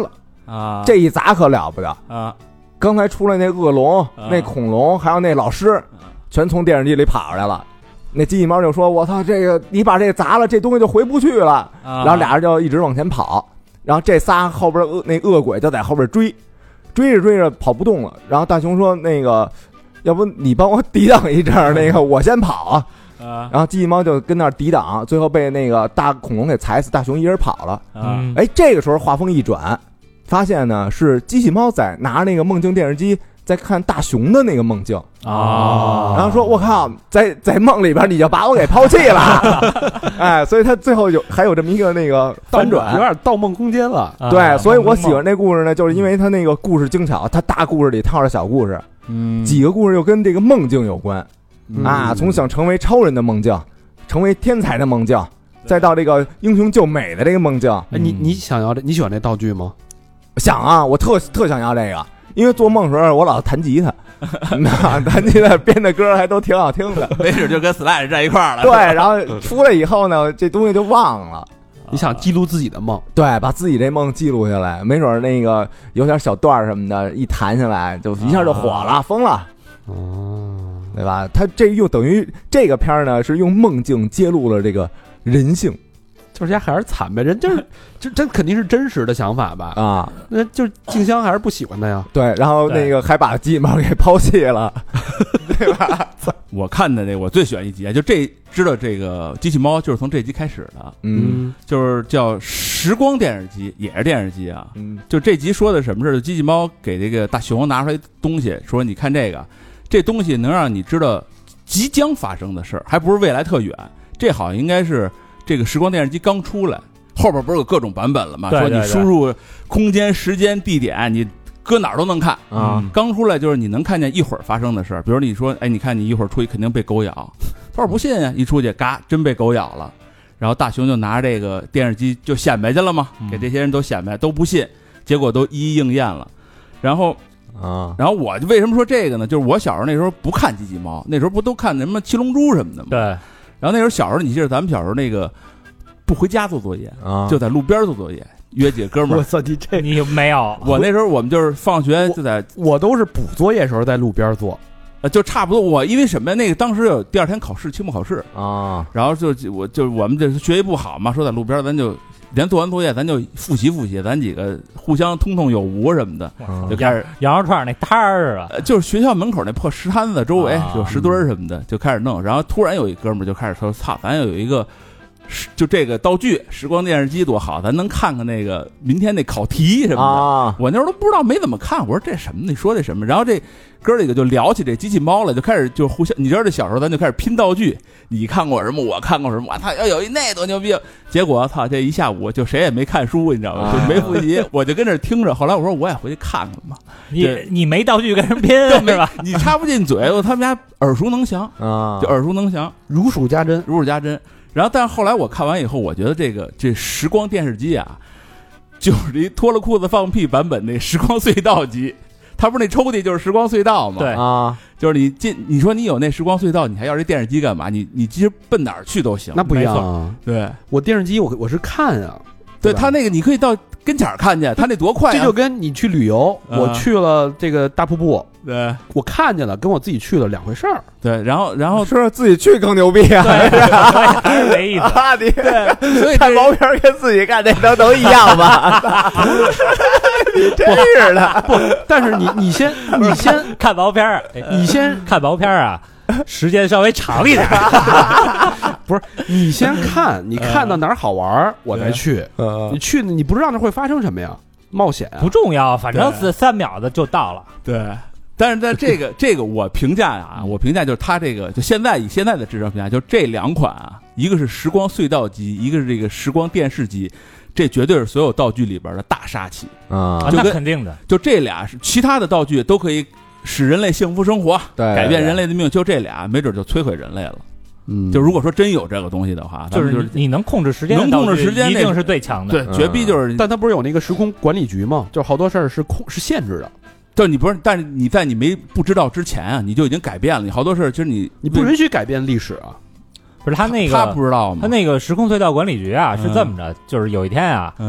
啊， 这一砸可了不得啊！ 刚才出来那恶龙、那恐龙，还有那老师，全从电视机里跑出来了。那机器猫就说：“我操，这个你把这砸了，这东西就回不去了。”然后俩人就一直往前跑，然后这仨后边那恶鬼就在后边追着跑不动了。然后大雄说：“那个，要不你帮我抵挡一阵儿，那个我先跑啊。”然后机器猫就跟那儿抵挡，最后被那个大恐龙给踩死，大雄一人跑了。哎，这个时候画风一转，发现呢是机器猫在拿那个梦境电视机在看大雄的那个梦境啊，然后说我靠，在梦里边你就把我给抛弃了，哎，所以他最后还有这么一个那个反转， 有点《盗梦空间》了。 对，所以我喜欢这故事呢，就是因为他那个故事精巧，他大故事里套着小故事，几个故事又跟这个梦境有关啊，从想成为超人的梦境，成为天才的梦境，再到这个英雄救美的这个梦境。 哎，你想要你喜欢这道具吗？ 想啊，我特想要这个。因为做梦时候我老弹吉他，弹吉他编的歌还都挺好听的， 没准就跟 Slash 在一块儿了。 对，然后出来以后呢，这东西就忘了。 你想记录自己的梦， 对，把自己这梦记录下来，没准那个有点小段什么的，一弹下来就一下就火了，疯了。哦，对吧？他这又等于这个片儿呢，是用梦境揭露了这个人性。 就是家还是惨呗，人就是这肯定是真实的想法吧？啊，那就是静香还是不喜欢他呀。 对，然后那个还把机器猫给抛弃了，对吧？ 我看的我最喜欢一集啊，就知道这个机器猫就是从这集开始的，就是叫时光电视机，也是电视机啊。就这集说的什么事？就机器猫给这个大熊拿出来东西，说你看这东西能让你知道即将发生的事儿，还不是未来特远。这好像应该是。这个时光电视机刚出来，后边不是有各种版本了吗？ 对对对， 说你输入空间、时间、地点，你搁哪儿都能看啊。刚出来就是你能看见一会儿发生的事儿，比如你说，哎，你看你一会儿出去肯定被狗咬，他说不信呀，一出去嘎真被狗咬了，然后大熊就拿着这个电视机就显摆去了嘛，给这些人都显摆，都不信，结果都一一应验了。然后我为什么说这个呢？就是我小时候那时候不看机器猫，那时候不都看什么七龙珠什么的吗？ 对。 然后那时候小时候，你记得咱们小时候那个不回家做作业啊，就在路边做作业，约几个哥们儿。 我操， 你没有？ 我那时候我们就是放学就在， 我都是补作业时候在路边做， 就差不多。我因为什么呀？那个当时有第二天考试，期末考试啊，然后我们这学习不好嘛，说在路边咱就。连做完作业，咱就复习，咱几个互相通有无什么的，就开始羊肉串那摊儿啊， 就是学校门口那破石摊子周围有石墩什么的，就开始弄。然后突然有一哥们儿就开始说：“操，咱要有一个，就这个道具，时光电视机多好，咱能看看那个明天那考题什么的。”我那时候都不知道，没怎么看。我说这什么？你说这什么？然后这哥几个就聊起这机器猫了，就开始就互相，你知道这小时候咱就开始拼道具，你看过什么，我看过什么，我操，要有一那多牛逼！结果操，这一下午就谁也没看书，你知道吗？就没复习，我就跟这听着。后来我说我也回去看看吧。 你没道具跟人拼是吧？ 你插不进嘴，他们家耳熟能详啊，就耳熟能详， 如数家珍。 然后，但是后来我看完以后，我觉得这时光电视机啊，就是一脱了裤子放屁版本那时光隧道机。它不是那抽屉就是时光隧道吗？ 对啊， 就是你说你有那时光隧道，你还要这电视机干嘛？你其实奔哪儿去都行。 那不一样啊。 对， 我电视机我是看啊。 对，他那个你可以到跟前看见，他那多快啊！ 这就跟你去旅游，我去了这个大瀑布， 对， 我看见了，跟我自己去了两回事儿。 对，然后是自己去更牛逼啊！ 还是没意思啊！你对，所以看毛片跟自己看那都一样吧？你真是的， 不，但是你先看毛片儿，你先看毛片儿啊，时间稍微长一点。 不是，你先看，你看到哪儿好玩，我再去。你去，你不知道那会发生什么呀？冒险啊， 不重要，反正是3秒的就到了。 对，但是在这个我评价啊，我评价就是它这个，就以现在的智商评价，就这两款啊，一个是时光隧道机，一个是这个时光电视机。这绝对是所有道具里边的大杀器啊！那肯定的， 就这俩是其他的道具都可以使人类幸福生活，改变人类的命，就这俩没准就摧毁人类了。就如果说真有这个东西的话， 就是你能控制时间，一定是最强的。 对，绝逼就是。 但它不是有那个时空管理局吗？就是好多事儿是限制的。 就是你不是，但是你在你不知道之前啊，你就已经改变了。你好多事儿，其实你不允许改变历史啊。 不是他那个， 他不知道吗？ 他那个时空隧道管理局啊，是这么着，就是有一天啊，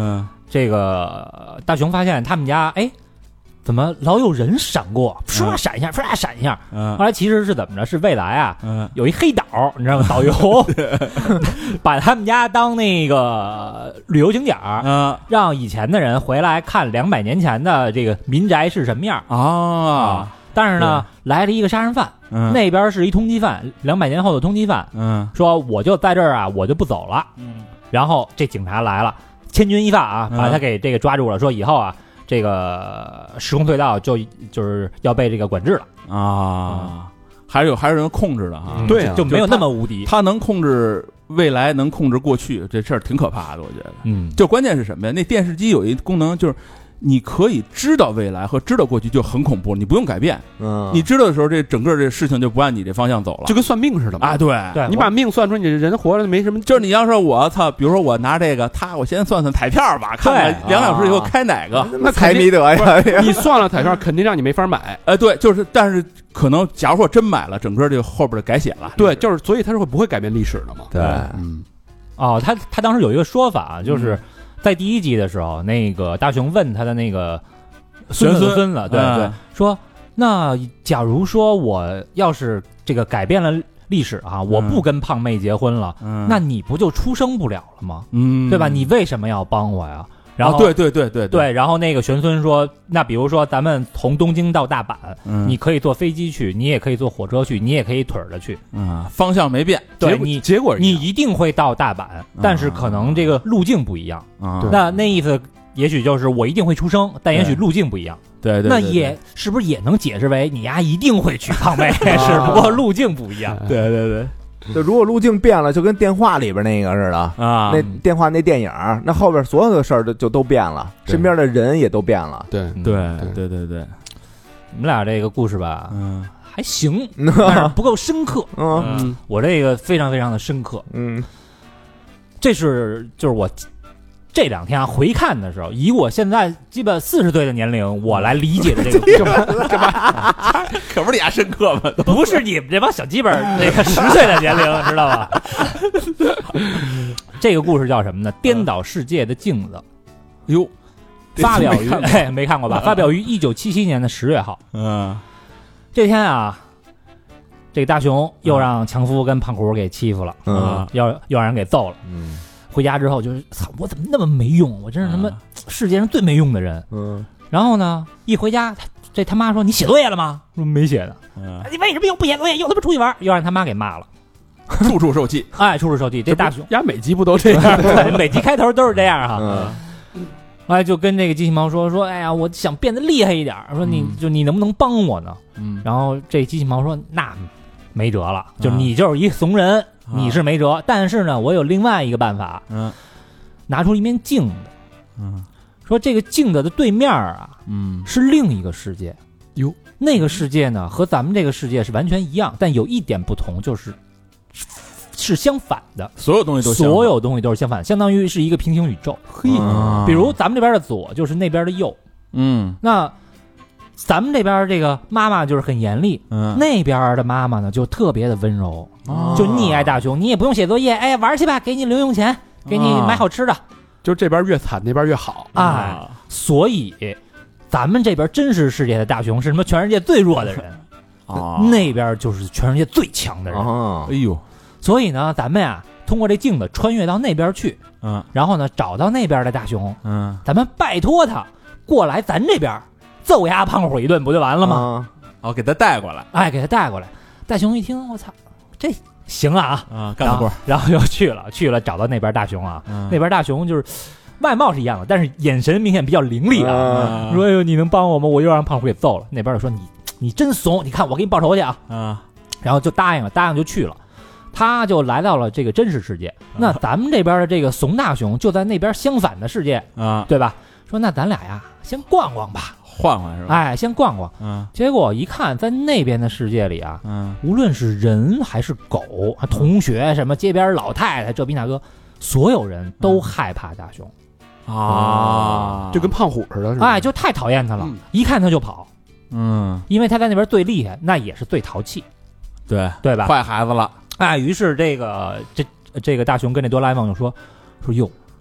这个大雄发现他们家怎么老有人闪过，唰闪一下，唰闪一下。后来其实是怎么着？是未来啊，有一黑岛，你知道吗？导游把他们家当那个旅游景点让以前的人回来看200年前的这个民宅是什么样啊。但是呢，来了一个杀人犯，那边是一通缉犯，200年后的通缉犯，说我就在这儿啊，我就不走了。然后这警察来了，千钧一发啊，把他给这个抓住了，说以后啊。这个时空隧道就是要被这个管制了啊，还是有人控制的哈， 对， 就没有那么无敌。 他能控制未来，能控制过去，这事儿挺可怕的，我觉得。就关键是什么呀？那电视机有一功能，就是你可以知道未来和知道过去，就很恐怖，你不用改变。你知道的时候，这整个这事情就不按你这方向走了， 就跟算命似的嘛。 啊，对， 你把命算出，你人活着没什么。 就是你要说我操，比如说我拿这个，我先算算彩票吧，看看2小时以后开哪个， 那财迷得呀。 你算了彩票，肯定让你没法买。 对，就是，但是可能假如说真买了，整个就后边改写了。 对，就是所以他是不会改变历史的嘛。 对， 哦，他当时有一个说法，就是在第1集的时候，那个大雄问他的那个。孙子，对，说那假如说我要是这个改变了历史啊，我不跟胖妹结婚了，那你不就出生不了了吗？对吧？你为什么要帮我呀？然后对，然后那个玄孙说，那比如说咱们从东京到大阪，你可以坐飞机去，你也可以坐火车去，你也可以腿着去， 方向没变， 对结果你一定会到大阪，但是可能这个路径不一样。那意思。也许就是我一定会出生，但也许路径不一样。 对， 那也是不是也能解释为你呀一定会娶胖妹，只不过路径不一样。 对， 就如果路径变了，就跟电话里边那个似的啊，那电话那电影，那后边所有的事儿就都变了，身边的人也都变了。 对，你们俩这个故事吧，还行，但是不够深刻。我这个非常非常的深刻。这就是我。这2天回看的时候，以我现在基本40岁的年龄，我来理解的这个干嘛？可不是你俩深刻吗？ 不是你们这帮小鸡巴那个10岁的年龄，知道吧？这个故事叫什么呢？颠倒世界的镜子。 哟， 发表于没看过吧？发表于1977年的10月号。这天啊，这个大雄又让强夫跟胖虎给欺负了，要让人给揍了。回家之后就是操，我怎么那么没用？我真是他妈世界上最没用的人。然后呢，一回家，他妈说：“你写作业了吗？”说没写呢。你为什么又不写作业？又他妈出去玩？又让他妈给骂了， 处处受气。 处处受气。这大雄呀，每集不都这样？ 对，每集开头都是这样哈。就跟这个机器猫说：“哎呀，我想变得厉害一点。说你能不能帮我呢？”然后这机器猫说：“那没辙了，就你就是一怂人。”你是没辙，但是呢，我有另外一个办法。拿出一面镜子。说这个镜子的对面啊，是另一个世界。哟，那个世界呢和咱们这个世界是完全一样，但有一点不同，是相反的。 所有东西都是相反，相当于是一个平行宇宙。比如咱们这边的左就是那边的右。那咱们这边这个妈妈就是很严厉，那边的妈妈呢就特别的温柔，就溺爱大雄，你也不用写作业，玩去吧，给你零用钱，给你买好吃的， 就这边越惨那边越好所以咱们这边真实世界的大雄是什么？全世界最弱的人那边就是全世界最强的人哎呦， 所以呢，咱们呀通过这镜子穿越到那边去，然后呢找到那边的大雄，咱们拜托他过来咱这边。揍压胖虎一顿不就完了吗？ 给他带过来， 给他带过来。大雄一听，我操，这行啊干得过。 然后又去了，找到那边大雄啊。那边大雄就是外貌是一样的，但是眼神明显比较凌厉啊。说：“哎呦，你能帮我吗？我又让胖虎给揍了。”那边就说：“你真怂，你看我给你报仇去啊！”然后就答应就去了。他就来到了这个真实世界。那咱们这边的这个怂大雄就在那边相反的世界对吧？说那咱俩呀，先逛逛吧。 换换是吧？ 先逛逛。结果一看，在那边的世界里啊，无论是人还是狗，同学什么街边老太太，这逼那哥，所有人都害怕大雄就跟胖虎似的，是吧？ 就太讨厌他了，一看他就跑。因为他在那边最厉害，那也是最淘气，对吧？ 坏孩子了。 于是这个大雄跟这哆啦 A 梦就说哟，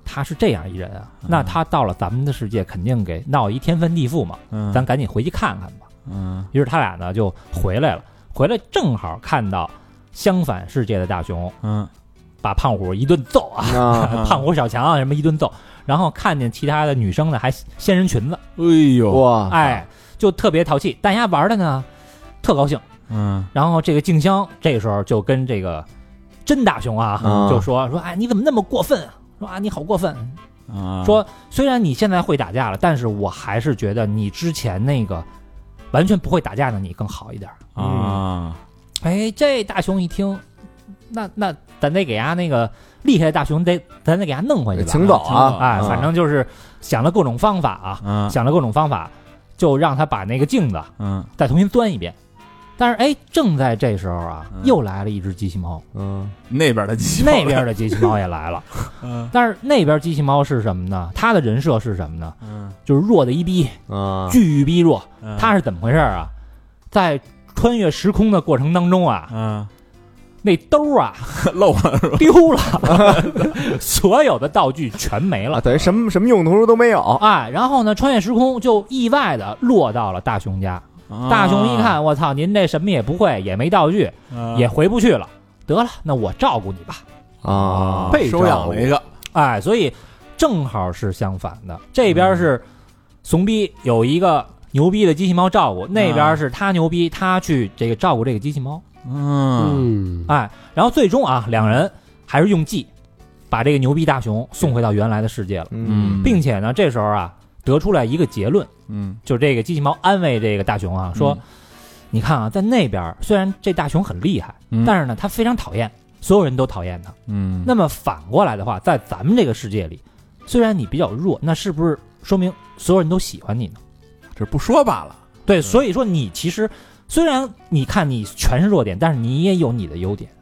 他是这样一人啊，那他到了咱们的世界肯定给闹一天翻地覆嘛，咱赶紧回去看看吧。于是他俩呢就回来了，回来正好看到相反世界的大雄，把胖虎一顿揍啊，胖虎小强什么一顿揍，然后看见其他的女生呢还掀人裙子， 哎呦哇， 哎，就特别淘气，大家玩的呢特高兴。然后这个静香这个时候就跟这个真大雄啊就说哎你怎么那么过分啊，说啊你好过分啊，说虽然你现在会打架了，但是我还是觉得你之前那个完全不会打架的你更好一点啊。 哎，这大雄一听，那咱得给他那个厉害的大雄咱得给他弄回去吧， 请走啊！ 哎，反正就是想了各种方法啊，想了各种方法，就让他把那个镜子再重新钻一遍。但是哎，正在这时候啊，又来了一只机器猫， 那边的机器猫， 那边的机器猫也来了，但是那边机器猫是什么呢？它的人设是什么呢？就是弱的一逼，巨逼弱。它是怎么回事啊？在穿越时空的过程当中啊，那兜啊漏了， 丢了，所有的道具全没了， 等于什么用途都没有。 哎，然后呢，穿越时空就意外的落到了大雄家。大雄一看，我操，您这什么也不会，也没道具，也回不去了。得了，那我照顾你吧。 被收养了一个。 哎，所以正好是相反的，这边是怂逼有一个牛逼的机器猫照顾，那边是他牛逼，他去这个照顾这个机器猫。哎，然后最终啊，两人还是用计把这个牛逼大雄送回到原来的世界了。并且呢，这时候啊，得出来一个结论，就是这个机器猫安慰这个大雄啊，说，你看啊，在那边虽然这大雄很厉害，但是呢，他非常讨厌，所有人都讨厌他。那么反过来的话，在咱们这个世界里，虽然你比较弱，那是不是说明所有人都喜欢你呢？ 这不说罢了。 对，所以说你其实虽然你看你全是弱点，但是你也有你的优点。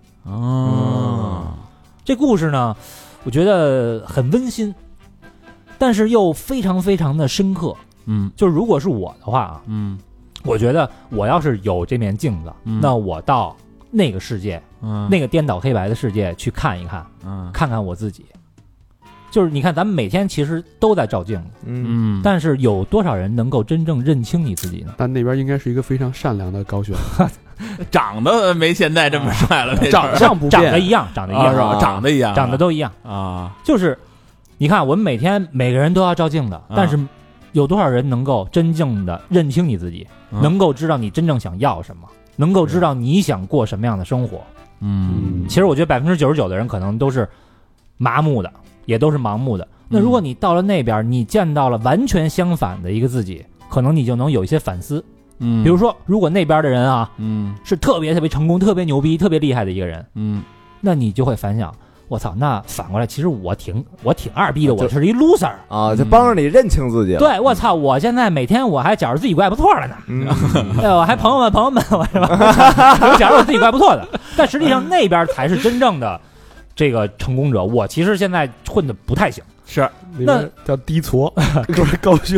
这故事呢，我觉得很温馨，但是又非常非常的深刻。就是如果是我的话啊，我觉得我要是有这面镜子，那我到那个世界，那个颠倒黑白的世界去看一看，看看我自己。就是你看，咱们每天其实都在照镜子，但是有多少人能够真正认清你自己呢？ 但那边应该是一个非常善良的高璇， 长得没现在这么帅了， 长相不变， 长得一样，长得一样， 长得一样， 长得都一样啊。 就是你看，我们每天每个人都要照镜子，但是有多少人能够真正的认清你自己，能够知道你真正想要什么，能够知道你想过什么样的生活？其实我觉得99%的人可能都是麻木的，也都是盲目的。那如果你到了那边，你见到了完全相反的一个自己，可能你就能有一些反思。比如说，如果那边的人啊，是特别特别成功、特别牛逼、特别厉害的一个人，那你就会反想，我操，那反过来，其实我挺二逼的，我是一 loser 啊，就帮着你认清自己了。 对，我操，我现在每天我还觉着自己怪不错了呢，我还朋友们，我是吧？我觉着我自己怪不错的，但实际上那边才是真正的这个成功者。我其实现在混的不太行， 是那叫低矬，就是高璇。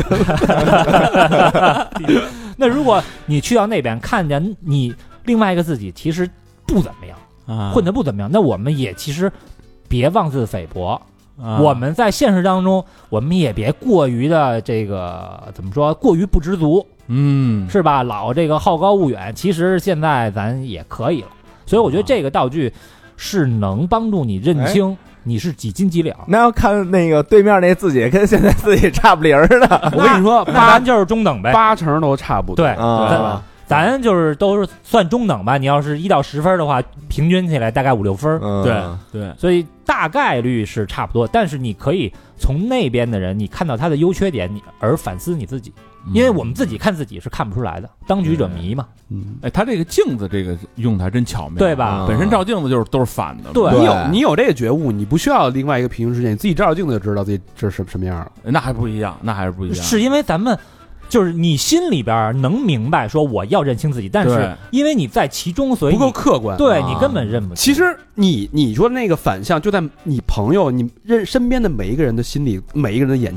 那如果你去到那边，看见你另外一个自己，其实不怎么样，混得不怎么样，那我们也其实别妄自菲薄。我们在现实当中，我们也别过于的这个怎么说，过于不知足，是吧？老这个好高骛远，其实现在咱也可以了。所以我觉得这个道具是能帮助你认清你是几斤几两。 那要看那个对面那自己跟现在自己差不离儿的， 我跟你说， 咱就是中等呗 ，80%都差不多。 对，咱就是都是算中等吧。你要是1到10分的话，平均起来大概5、6分。 对， 所以大概率是差不多。但是你可以从那边的人，你看到他的优缺点，你而反思你自己。因为我们自己看自己是看不出来的，当局者迷嘛。 哎，他这个镜子这个用的还真巧妙， 对吧？ 本身照镜子都是反的。 对， 你有这个觉悟，你不需要另外一个平行世界，你自己照镜子就知道自己这是什么样了。 那还不一样， 是因为咱们就是你心里边能明白说我要认清自己，但是因为你在其中，所以不够客观， 对你根本认不清。 其实你说那个反向就在你朋友、你身边的每一个人的心里，每一个人的眼睛里。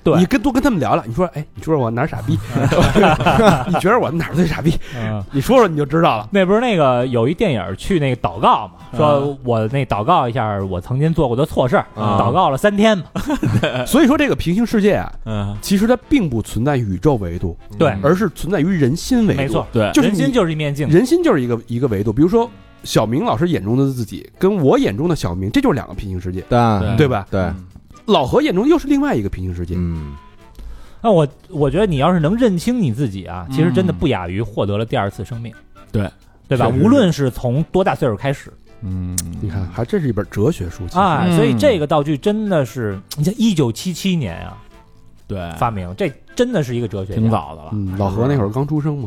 对， 你多跟他们聊聊，你说，哎，你说我哪儿傻逼？你觉得我哪儿最傻逼？你说说你就知道了。 那不是那个有一电影去那个祷告嘛，说我那祷告一下我曾经做过的错事儿，祷告了3天嘛。 所以说这个平行世界啊，其实它并不存在宇宙维度， 对， 而是存在于人心维度。 没错， 对， 就是人心就是一面镜， 人心就是一个维度。比如说小明老师眼中的自己，跟我眼中的小明，这就是2个平行世界，对吧？ 对， 老何眼中又是另外一个平行世界。 那我觉得你要是能认清你自己啊，其实真的不亚于获得了第2次生命，对吧？无论是从多大岁数开始， 你看，还这是一本哲学书籍啊，所以这个道具真的是，你像1977年啊， 对， 发明，这真的是一个哲学， 挺早的了。 老何那会儿刚出生嘛，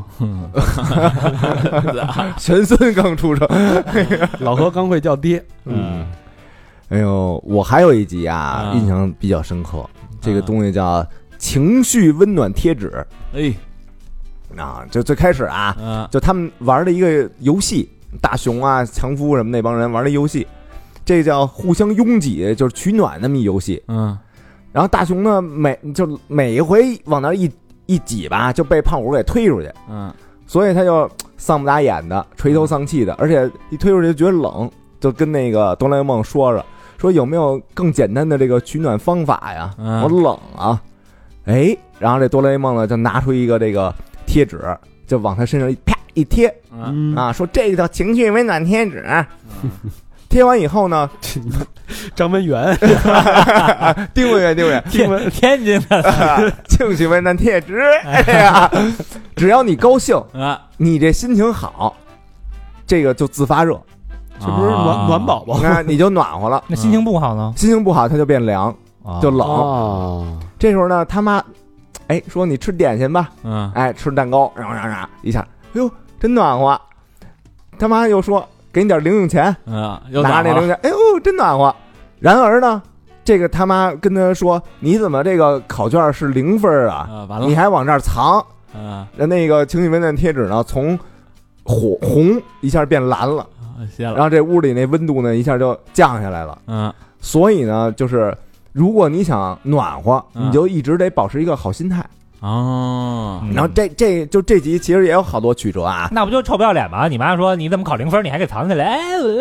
玄孙刚出生， 老何刚会叫爹。 哎呦，我还有一集啊，印象比较深刻，这个东西叫情绪温暖贴纸。就最开始啊，就他们玩的一个游戏，大熊啊、强夫什么那帮人玩的游戏，这叫互相拥挤，就是取暖那么一游戏。然后大熊呢，每一回往那一挤吧，就被胖虎给推出去。所以他就丧不打眼的，垂头丧气的，而且一推出去就觉得冷，就跟那个哆啦 A 梦说有没有更简单的这个取暖方法呀？我冷啊！然后这哆啦 A 梦呢就拿出一个这个贴纸，就往他身上啪一贴，说这个叫情绪温暖贴纸。贴完以后呢， 张文元， 丁文元， 天津的情绪温暖贴纸。只要你高兴你这心情好，这个就自发热， 这不是暖宝宝， 那你就暖和了。 那心情不好呢？ 心情不好它就变凉，就冷。这时候呢，他妈，说你吃点心吧，吃蛋糕，然后一下，真暖和。他妈又说给你点零用钱，拿那零用钱，真暖和。然而呢，这个他妈跟他说，你怎么这个考卷是0分啊？ 完了， 你还往这儿藏。那个情绪温暖贴纸呢，从红一下变蓝了，然后这屋里那温度呢一下就降下来了。所以呢，就是如果你想暖和，你就一直得保持一个好心态。然后这集其实也有好多曲折啊， 那不就臭不要脸吗？你妈说你怎么考0分，你还给藏起来？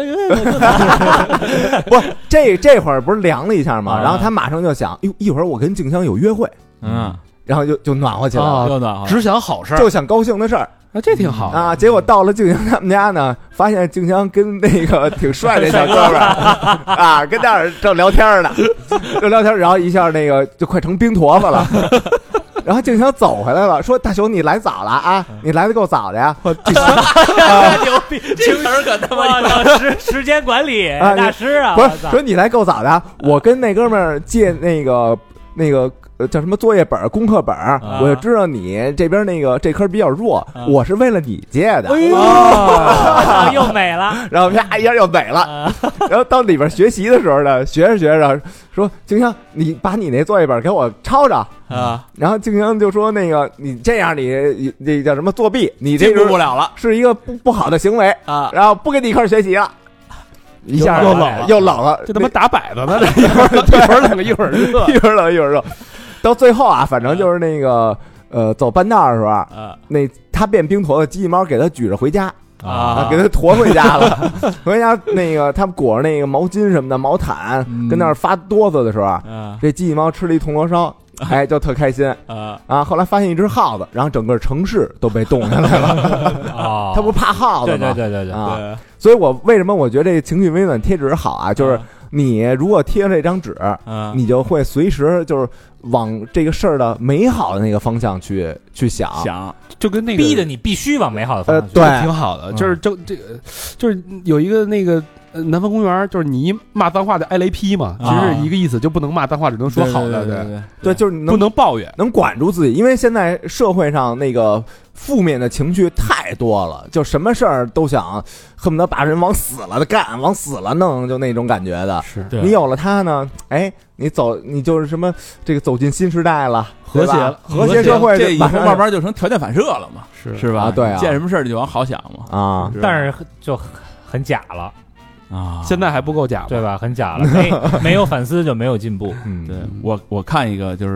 不，这会儿不是凉了一下吗？然后他马上就想，一会儿我跟静香有约会，然后就暖和起来了， 又暖和， 只想好事儿， 就想高兴的事儿。 这挺好啊！结果到了静香他们家呢，发现静香跟那个挺帅的小哥们儿跟那儿正聊天呢，然后一下那个就快成冰坨子了。然后静香走回来了，说：“大熊，你来早了啊！你来的够早的呀！” 牛逼，这词儿可他妈时间管理大师啊！ 不是说你来够早的，我跟那哥们儿借那个叫什么作业本、功课本，我就知道你这边那个这科比较弱，我是为了你借的。 又美了， 然后啪一下又美了。然后到里边学习的时候呢，学着说：“静香，你把你那作业本给我抄着啊。”然后静香就说：“那个你这样你叫什么作弊？你这进步不了了， 是一个不好的行为啊。”然后不跟你一块学习了。一下又冷了， 这他妈打摆子呢！这一会儿冷一会儿热， 一会儿冷一会儿热，到最后啊，反正就是那个走半道的时候，那他变冰坨的机器猫给他举着回家给他驮回家了。回家那个他裹着那个毛巾什么的毛毯，跟那儿发哆嗦的时候，这机器猫吃了一铜锣烧，就特开心后来发现一只耗子，然后整个城市都被冻下来了。他不怕耗子吗？ 对。 所以为什么我觉得这个情绪温暖贴纸好啊？就是你如果贴了这张纸，你就会随时就是往这个事儿的美好的那个方向去想， 就跟那个逼的你必须往美好的方向去， 对， 挺好的。就是这个就是有一个那个南方公园，就是你一骂脏话的挨雷劈嘛，其实是一个意思，就不能骂脏话，只能说好的， 对，就是不能抱怨， 能管住自己。因为现在社会上那个负面的情绪太多了，就什么事儿都想恨不得把人往死了的干，往死了弄，就那种感觉的。 是你有了它呢，你就是什么这个走进新时代了， 和谐了， 和谐社会， 这以后慢慢就成条件反射了嘛，是吧？ 对啊， 见什么事儿就往好想嘛但是就很假了。 现在还不够假， 对吧？很假了，没有反思就没有进步。 对，我看一个就是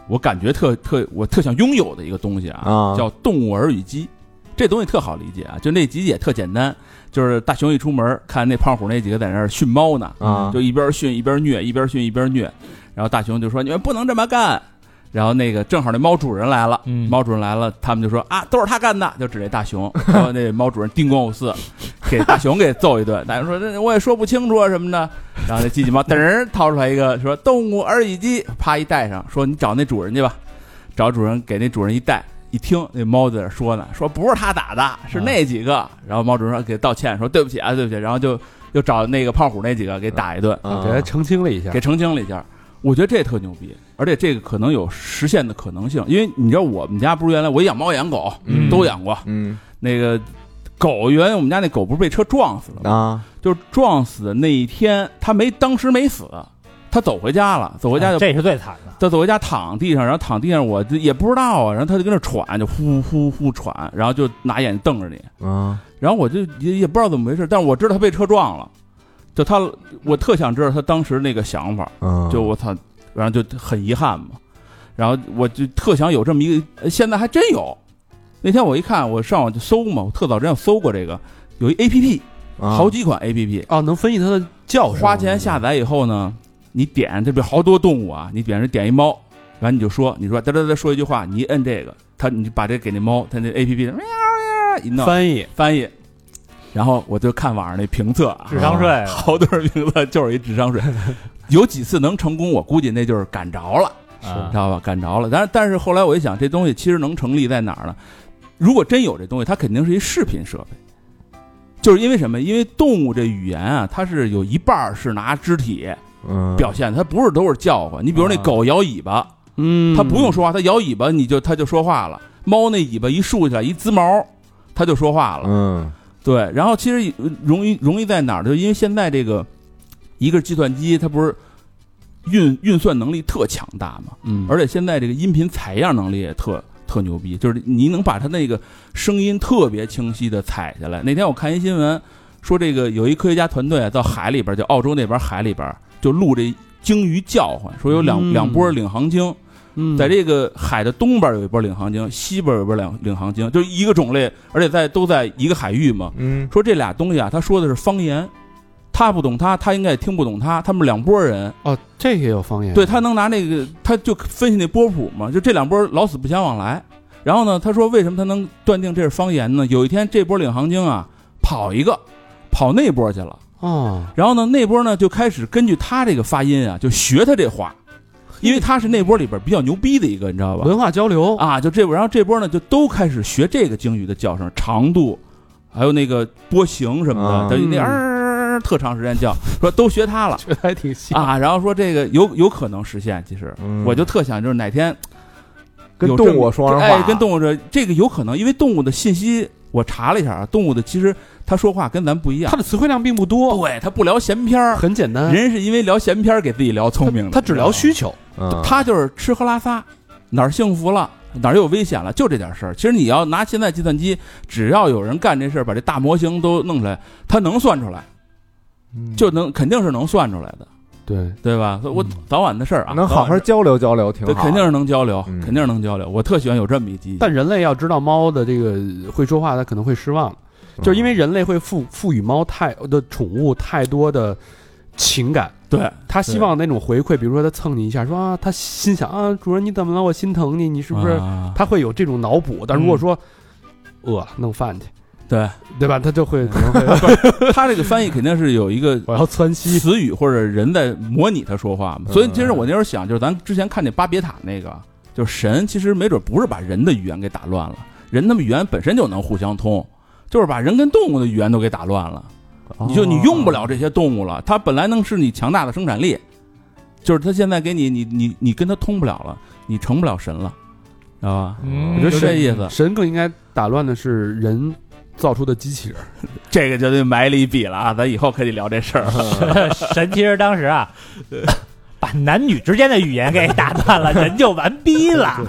我感觉我特想拥有的一个东西啊，叫动物耳语机。这东西特好理解啊，就那集也特简单，就是大熊一出门，看那胖虎那几个在那儿训猫呢，就一边训一边虐，一边训一边虐。然后大熊就说：“你们不能这么干。”然后那个正好那猫主人来了，猫主人来了，他们就说：“啊，都是他干的。”就指这大熊，然后那猫主人叮咣五四，给大熊给揍一顿。大熊说：“这我也说不清楚啊什么的。”然后那机器猫噔掏出来一个，说：“动物耳语机。”啪一戴上，说：“你找那主人去吧。”找主人，给那主人一戴。一听那猫在那说呢，说不是他打的，是那几个。然后猫主任说给道歉，说对不起啊，对不起。然后就又找那个胖虎那几个给打一顿， 给他澄清了一下，我觉得这特牛逼，而且这个可能有实现的可能性，因为你知道我们家不是原来我养猫养狗，都养过，那个狗原来我们家那狗不是被车撞死了吗？啊，就是撞死的那一天，他当时没死。他走回家了，走回家就这是最惨的。 他走回家躺地上，然后躺地上我也不知道啊，然后他就跟那喘，就呼呼呼喘，然后就拿眼睛瞪着你，然后我就也不知道怎么回事，但是我知道他被车撞了，就我特想知道他当时那个想法，就我操，然后就很遗憾嘛，然后我就特想有这么一个，现在还真有。那天我一看，我上网就搜嘛，我特早之前搜过这个，有一 APP，好几款 APP 哦，能分析它的叫声， 花钱下载以后呢。你点这边好多动物啊，你点一猫，然后你说哒哒哒说一句话，你一摁这个，你就把这给那猫，它那 APP 喵喵一弄翻译，然后我就看网上那评测啊， 智商税， 好多人评测就是一智商税，有几次能成功，我估计那就是赶着了，知道吧？赶着了。但是后来我一想，这东西其实能成立在哪儿呢？如果真有这东西，它肯定是一视频设备，就是因为什么？因为动物这语言啊，它是有一半是拿肢体。表现它不是都是叫唤，你比如那狗摇尾巴，它不用说话，它摇尾巴它就说话了。猫那尾巴一竖起来一滋毛，它就说话了。对。然后其实容易在哪儿？就因为现在这个一个计算机，它不是运算能力特强大嘛，而且现在这个音频采样能力也特牛逼，就是你能把它那个声音特别清晰的采下来。那天我看一新闻说，这个有一科学家团队啊，到海里边，就澳洲那边海里边。就录这鲸鱼叫唤，说有两波领航鲸，在这个海的东边有一波领航鲸，西边有一波领航鲸，就是一个种类，而且都在一个海域嘛。说这俩东西啊，他说的是方言，他不懂他应该也听不懂他们两拨人。 哦，这也有方言。 对，他能拿那个，他就分析那波谱嘛，就这两波老死不相往来。然后呢，他说为什么他能断定这是方言呢？有一天这波领航鲸啊，跑那波去了。然后呢，那波呢就开始根据他这个发音啊，就学他这话，因为他是那波里边比较牛逼的一个，你知道吧？ 文化交流啊，就这波，然后这波呢就都开始学这个鲸鱼的叫声、长度，还有那个波形什么的，等于那特长时间叫，说都学他了， 觉得还挺像啊。然后说这个有可能实现，其实我就特想就是哪天跟动物说上话， 跟动物这个有可能，因为动物的信息我查了一下啊，动物的其实。他说话跟咱不一样， 他的词汇量并不多。 对，他不聊闲篇， 很简单。 人是因为聊闲篇给自己聊聪明的， 他只聊需求， 他就是吃喝拉撒，哪儿幸福了，哪儿有危险了，就这点事儿。其实你要拿现在计算机，只要有人干这事儿，把这大模型都弄出来，他能算出来，肯定是能算出来的。对吧？我早晚的事儿啊， 能好好交流交流，挺好。 肯定是能交流，肯定是能交流。我特喜欢有这么一机器。 但人类要知道猫的这个会说话，他可能会失望。就是因为人类会赋予猫的宠物太多的情感， 对他希望那种回馈，比如说他蹭你一下，说啊，他心想啊，主人你怎么了？我心疼你，你是不是？他会有这种脑补。但如果说饿了弄饭去，对吧？他就会可能会， 他这个翻译肯定是有一个我要窜稀词语或者人在模拟他说话嘛。所以其实我那时候想，就是咱之前看那巴别塔那个，就是神其实没准不是把人的语言给打乱了，人他们语言本身就能互相通。就是把人跟动物的语言都给打乱了，你用不了这些动物了，它本来能是你强大的生产力，就是它现在给你跟它通不了了，你成不了神了，知道吧？我觉得是这意思。 神更应该打乱的是人造出的机器人， 这个就得埋了一笔了啊！咱以后可以聊这事儿。 神其实当时啊，把男女之间的语言给打断了，人就完逼了。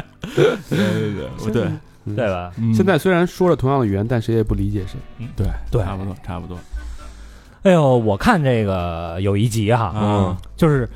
对。 对吧？ 现在虽然说了同样的语言，但谁也不理解谁。 对，差不多。 哎呦，我看这个有一集哈，就是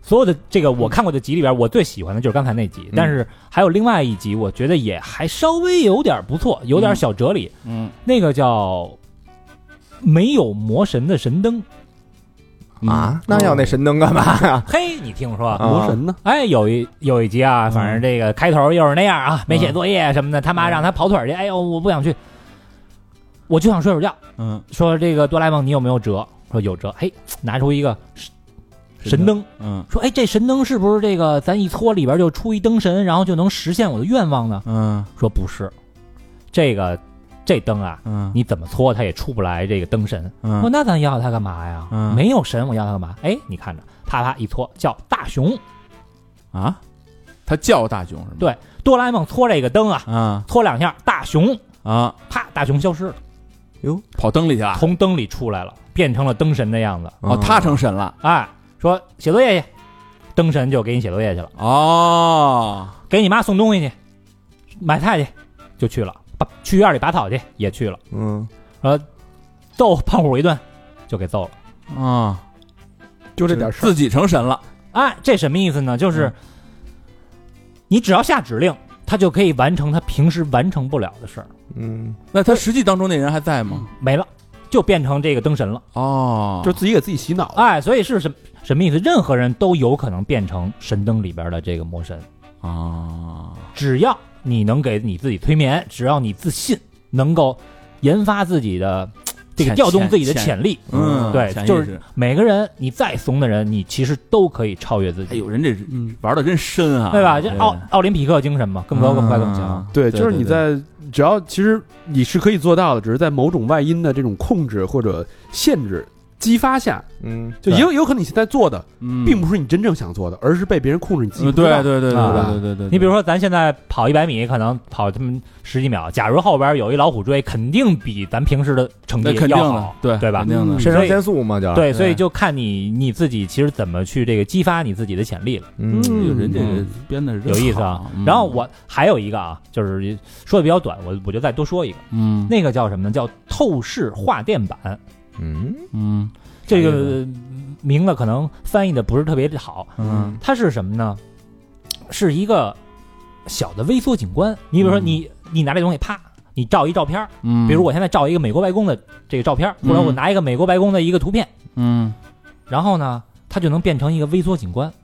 所有的这个我看过的集里边，我最喜欢的就是刚才那集，但是还有另外一集，我觉得也还稍微有点不错，有点小哲理。那个叫没有魔神的神灯啊，那要那神灯干嘛呀？ 嘿，你听说魔神呢？ 哎，有一集啊，反正这个开头又是那样啊，没写作业什么的，他妈让他跑腿去，哎呦，我不想去，我就想睡会儿觉。说这个哆啦 A 梦你有没有辙？说有辙，嘿，拿出一个神灯，说哎，这神灯是不是这个咱一搓里边就出一灯神，然后就能实现我的愿望呢？说不是，这灯啊，你怎么搓它也出不来这个灯神。说那咱要它干嘛呀？没有神，我要它干嘛？哎，你看着，啪啪一搓，叫大熊啊，它叫大熊是吗？ 对，哆啦 A 梦搓这个灯啊，搓2下，大熊啊，啪，大熊消失了， 哟，跑灯里去了， 从灯里出来了，变成了灯神的样子。 哦，他成神了， 哎。说写作业去，灯神就给你写作业去了。 哦， 给你妈送东西去，买菜去，就去了。去院里拔草去，也去了。揍胖虎一顿，就给揍了。 啊， 就这点事， 自己成神了。 哎，这什么意思呢？就是你只要下指令，他就可以完成他平时完成不了的事儿。 那他实际当中那人还在吗？ 没了，就变成这个灯神了。 哦，就自己给自己洗脑。 哎，所以是什么意思？任何人都有可能变成神灯里边的这个魔神啊！ 只要你能给你自己催眠，只要你自信，能够研发自己的这个调动自己的潜力，对，就是每个人，你再怂的人，你其实都可以超越自己。 哎呦，人这玩的真深啊， 对吧？这奥林匹克精神嘛，更高更快更强。 对，就是你在只要其实你是可以做到的，只是在某种外因的这种控制或者限制激发下，就有可能你现在做的，并不是你真正想做的，而是被别人控制你自己。 对。 你比如说，咱现在跑100米，可能跑这么10几秒，假如后边有一老虎追，肯定比咱平时的成绩要好，对吧？ 肯定的， 肾上腺素嘛，就对，所以就看你自己其实怎么去这个激发你自己的潜力了。 人这个编的有意思啊。然后我还有一个啊，就是说的比较短，我就再多说一个，那个叫什么呢？叫透视画电板。这个名字可能翻译的不是特别好。它是什么呢？是一个小的微缩景观。你比如说你拿这东西，啪，你照一照片，比如我现在照一个美国白宫的这个照片，或者我拿一个美国白宫的一个图片，然后呢，它就能变成一个微缩景观。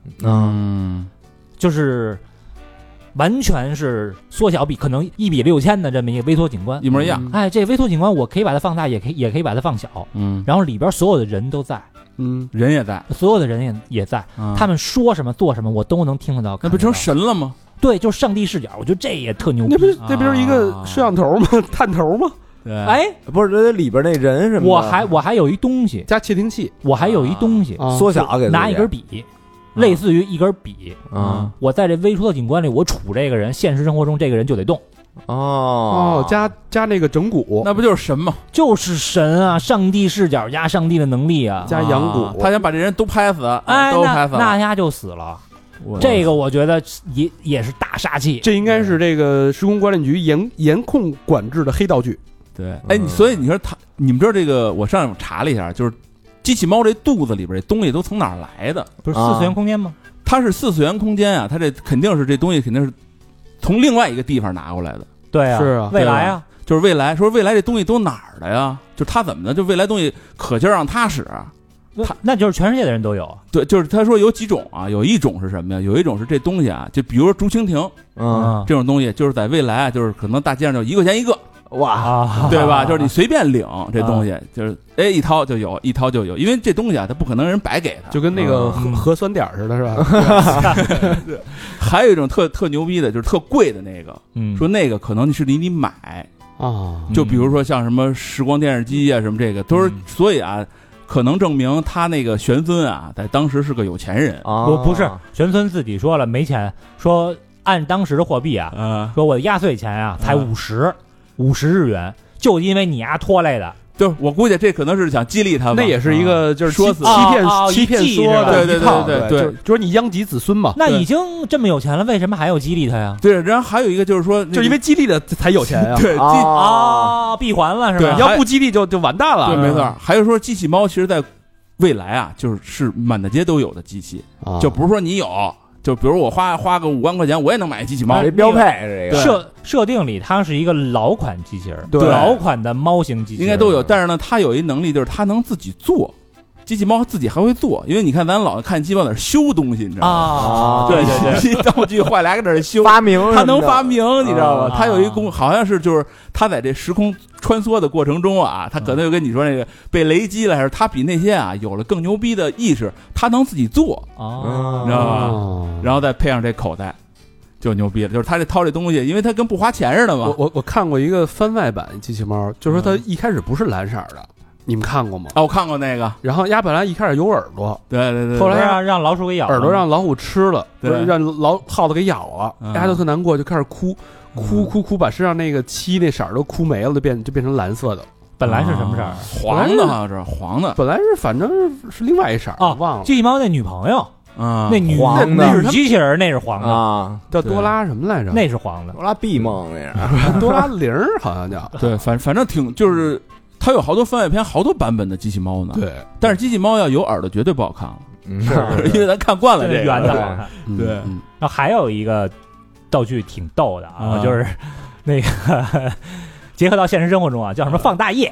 就是完全是缩小比可能1比6000的这么一个微缩景观， 一模一样。 哎，这微缩景观我可以把它放大，也可以把它放小。然后里边所有的人都在， 人也在， 所有的人也在，他们说什么做什么我都能听得到。 那不成神了吗？ 对，就是上帝视角，我觉得这也特牛逼。 那不是一个摄像头吗？探头吗？ 对， 哎， 不是这里边那人什么的。 我还有一东西加窃听器， 我还有一东西缩小给拿一根笔。类似于一根笔我在这微缩景观里，我杵这个人，现实生活中这个人就得动。 加那个整蛊， 那不就是神吗？ 就是神啊，上帝视角加上帝的能力啊， 加阳蛊。 他想把这人都拍死， 哎， 都拍死了， 那丫就死了。这个我觉得也是大杀器。 这应该是这个时空管理局严控管制的黑道具。 对，哎，所以你说你们知道这个？我上网查了一下，就是机器猫这肚子里边这东西都从哪儿来的？ 不是4次元空间吗？ 它是4次元空间啊，它这肯定是这东西肯定是从另外一个地方拿过来的。 对啊， 是啊， 未来啊， 就是未来。说未来这东西都哪儿的呀？就是他怎么的？就未来东西可劲儿让他使， 那就是全世界的人都有。 对，就是他说有几种啊，有一种是什么呀？有一种是这东西啊，就比如说竹蜻蜓，这种东西就是在未来啊，就是可能大街上就1块钱1个。 哇， 对吧？就是你随便领这东西，就是一掏就有，一掏就有，因为这东西啊，它不可能人白给他， 就跟那个核酸点似的，是吧？ 对。还有一种特牛逼的，就是特贵的那个，说那个可能是你买啊， 就比如说像什么时光电视机啊，什么这个都是，所以啊，可能证明他那个玄孙啊，在当时是个有钱人啊。不是，玄孙自己说了没钱，说按当时的货币啊，说我的压岁钱啊才50日元，就因为你丫拖来的。 就是我估计这可能是想激励他吧， 那也是一个就是说死欺骗说的对， 就是你殃及子孙嘛。 那已经这么有钱了，为什么还要激励他呀？ 对，然后还有一个就是说， 就因为激励的才有钱呀。 对闭环了是吧？ 要不激励就完蛋了。 对，没错。还有说机器猫其实在未来啊，就是满大街都有的机器，就不是说你有。就比如我花个5万块钱，我也能买机器猫， 这标配。这个设定里它是一个老款机器人，老款的猫型机器人应该都有。但是呢，它有一能力，就是它能自己做。机器猫自己还会做，因为你看咱老看机器猫在那修东西，你知道吗？对对对，道具坏来搁这修， 发明， 它能发明，你知道吗？它有一好像是就是它在这时空穿梭的过程中啊，它可能就跟你说那个被雷击了，还是它比那些啊有了更牛逼的意识，它能自己做，你知道吧？然后再配上这口袋。就牛逼了，就是他这掏这东西，因为他跟不花钱似的嘛。 我看过一个番外版机器猫，就是说它一开始不是蓝色的，你们看过吗？ 我看过那个。 然后本来一开始有耳朵， 对， 后来让老鼠给咬了， 耳朵让老虎吃了， 对， 让耗子给咬了，丫就特难过，就开始哭，把身上那个漆那色儿都哭没了，就变成蓝色的。 本来是什么色儿？ 黄的，好像是黄的。 本来是反正是另外一色儿，忘了。 机器猫那女朋友。那女机器人那是黄的啊， 叫多拉什么来着？ 那是黄的， 多拉 B 梦那是，多拉零好像叫。 对，反正挺就是它有好多番外篇，好多版本的机器猫呢。 对， 但是机器猫要有耳朵绝对不好看了， 是因为咱看惯了这个圆的好看。 对， 然后还有一个道具挺逗的啊，就是那个结合到现实生活中啊，叫什么放大液。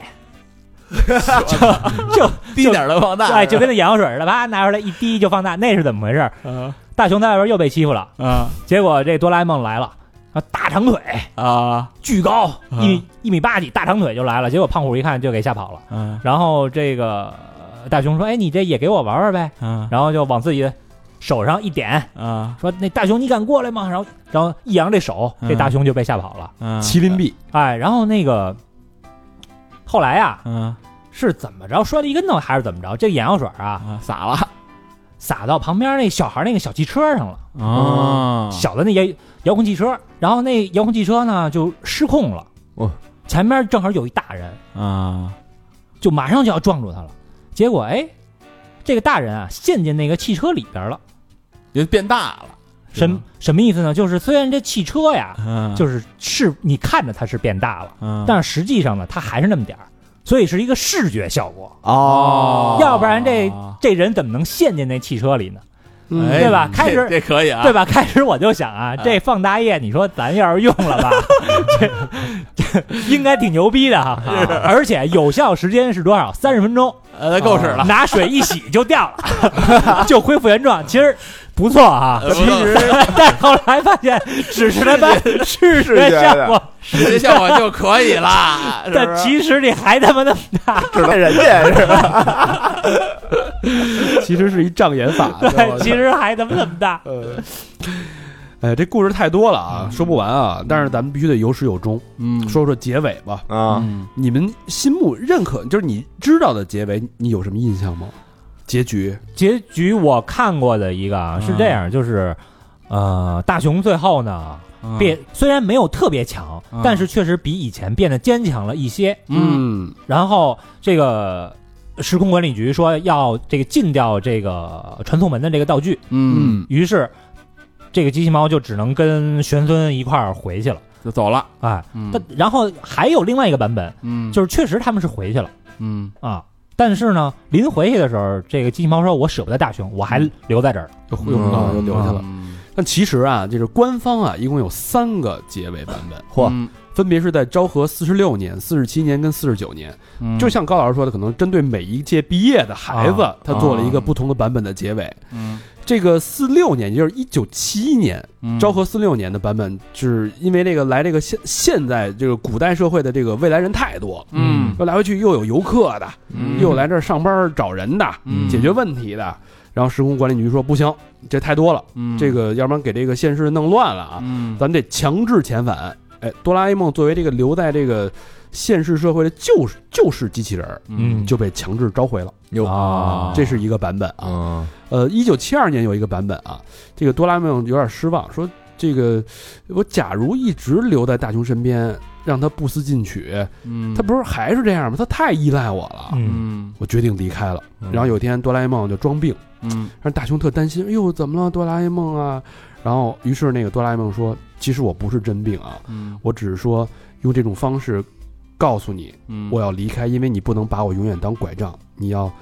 就滴点的放大， 哎，就跟那眼药水似的，啪拿出来一滴就放大，那是怎么回事？大雄在外边又被欺负了结果这哆啦 A 梦来了大长腿巨高1.8米几，大长腿就来了，结果胖虎一看就给吓跑了然后这个大雄说：“哎，你这也给我玩玩呗。”然后就往自己手上一点说：“那大雄你敢过来吗？”然后一扬这手，这大雄就被吓跑了。 麒麟臂， 哎，然后那个。后来呀，是怎么着摔了一跟头还是怎么着？这眼药水洒到旁边那小孩那个小汽车上了小的那遥控汽车，然后那遥控汽车呢就失控了前面正好有一大人就马上就要撞住他了，结果这个大人啊陷进那个汽车里边了， 也变大了。 什么意思呢？就是虽然这汽车呀，就是你看着它是变大了，但是实际上呢，它还是那么点儿，所以是一个视觉效果要不然这人怎么能陷进那汽车里呢？对吧？开始这可以啊， 对吧？开始我就想这放大液，你说咱要是用了吧，这应该挺牛逼的哈。而且有效时间是多少？30分钟， 够使了， 拿水一洗就掉了，就恢复原状。其实不错啊，其实但后来发现只是他妈视觉效果， 视觉效果就可以啦。 但其实你还他妈那么大， 只能人家是吧？ 其实是一障眼法， 对，其实还他妈那么大。 这故事太多了啊，说不完啊。但是咱们必须得有始有终，说说结尾吧。你们心目认可，就是你知道的结尾，你有什么印象吗？结局我看过的一个是这样，就是大雄最后呢虽然没有特别强，但是确实比以前变得坚强了一些。然后这个时空管理局说要这个禁掉这个传送门的这个道具，于是这个机器猫就只能跟玄孙一块儿回去了， 就走了。 然后还有另外一个版本，就是确实他们是回去了，但是呢，临回去的时候，这个机器猫说：“我舍不得大雄，我还留在这儿， 就留下了。”但其实啊，这是官方啊，一共有3个结尾版本，分别是在昭和46年、47年跟49年。就像高老师说的，可能针对每一届毕业的孩子，他做了一个不同的版本的结尾。这个46年，也就是1971年，昭和46年的版本，是因为这个来这个现在这个古代社会的这个未来人太多，又来回去又有游客的，又有来这儿上班找人的，解决问题的。然后时空管理局说不行，这太多了，这个要不然给这个现实弄乱了啊，咱得强制遣返。哆啦 A 梦作为这个留在这个现实社会的救世机器人，就被强制召回了。这是一个版本啊。1972年有一个版本啊，这个哆啦 A 梦有点失望，说这个我假如一直留在大雄身边，让他不思进取，他不是还是这样吗？他太依赖我了。我决定离开了。然后有一天哆啦 A 梦就装病，让大雄特担心，哎呦怎么了哆啦 A 梦啊？然后于是那个哆啦 A 梦说，其实我不是真病啊，我只是说用这种方式告诉你，我要离开，因为你不能把我永远当拐杖，你要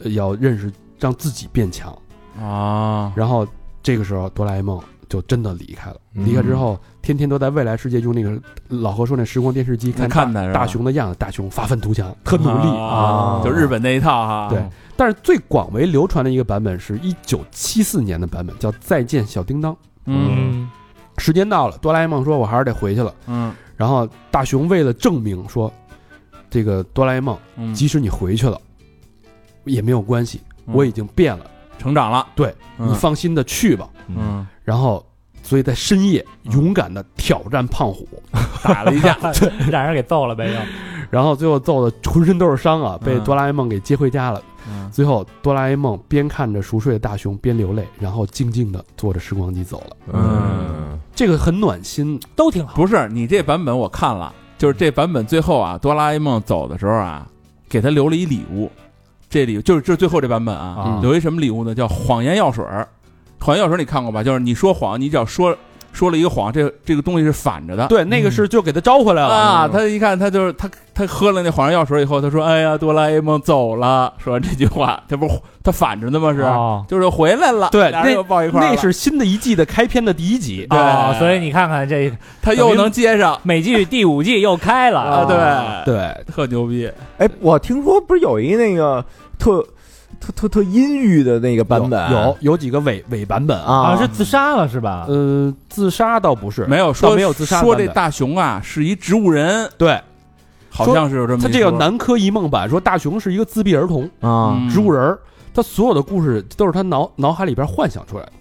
要认识让自己变强啊。 然后这个时候哆啦 A 梦就真的离开了。离开之后，天天都在未来世界用那个老何说那时光电视机看大雄的样子，大雄发愤图强，特努力就日本那一套哈。 对，但是最广为流传的一个版本是1974年的版本，叫《再见小叮当》。时间到了，哆啦 A 梦说：“我还是得回去了。”然后大雄为了证明说，这个哆啦 A 梦，即使你回去了，也没有关系，我已经变了， 成长了。 对，你放心的去吧。然后，所以在深夜勇敢的挑战胖虎， 打了一架， 让人给揍了呗， 然后最后揍的浑身都是伤啊，被哆啦 A 梦给接回家了。最后，哆啦 A 梦边看着熟睡的大雄边流泪，然后静静的坐着时光机走了。这个很暖心， 都挺好。 不是你这版本我看了，就是这版本最后啊，哆啦 A 梦走的时候啊，给他留了一礼物。这里就是最后这版本啊，留一什么礼物呢？叫谎言药水。谎言药水你看过吧？就是你说谎，你只要说了一个谎，这个东西是反着的。 对，那个是就给他招回来了啊。他一看，他就是他喝了那谎言药水以后，他说：“哎呀，哆啦 A 梦走了。”说完这句话，他反着的吗？是，就是回来了。 对， 那是新的一季的开篇的第1集。 对，所以你看看这， 他又能接上美剧第5季又开了啊！ 对， 特牛逼。 哎，我听说不是有一那个特阴郁的那个版本， 有几个伪版本啊，是自杀了是吧？ 自杀倒不是， 没有自杀。 说这大雄啊是一植物人， 对， 好像是有这么。 他这个南柯一梦版说大雄是一个自闭儿童啊， 植物人，他所有的故事都是他脑海里边幻想出来的。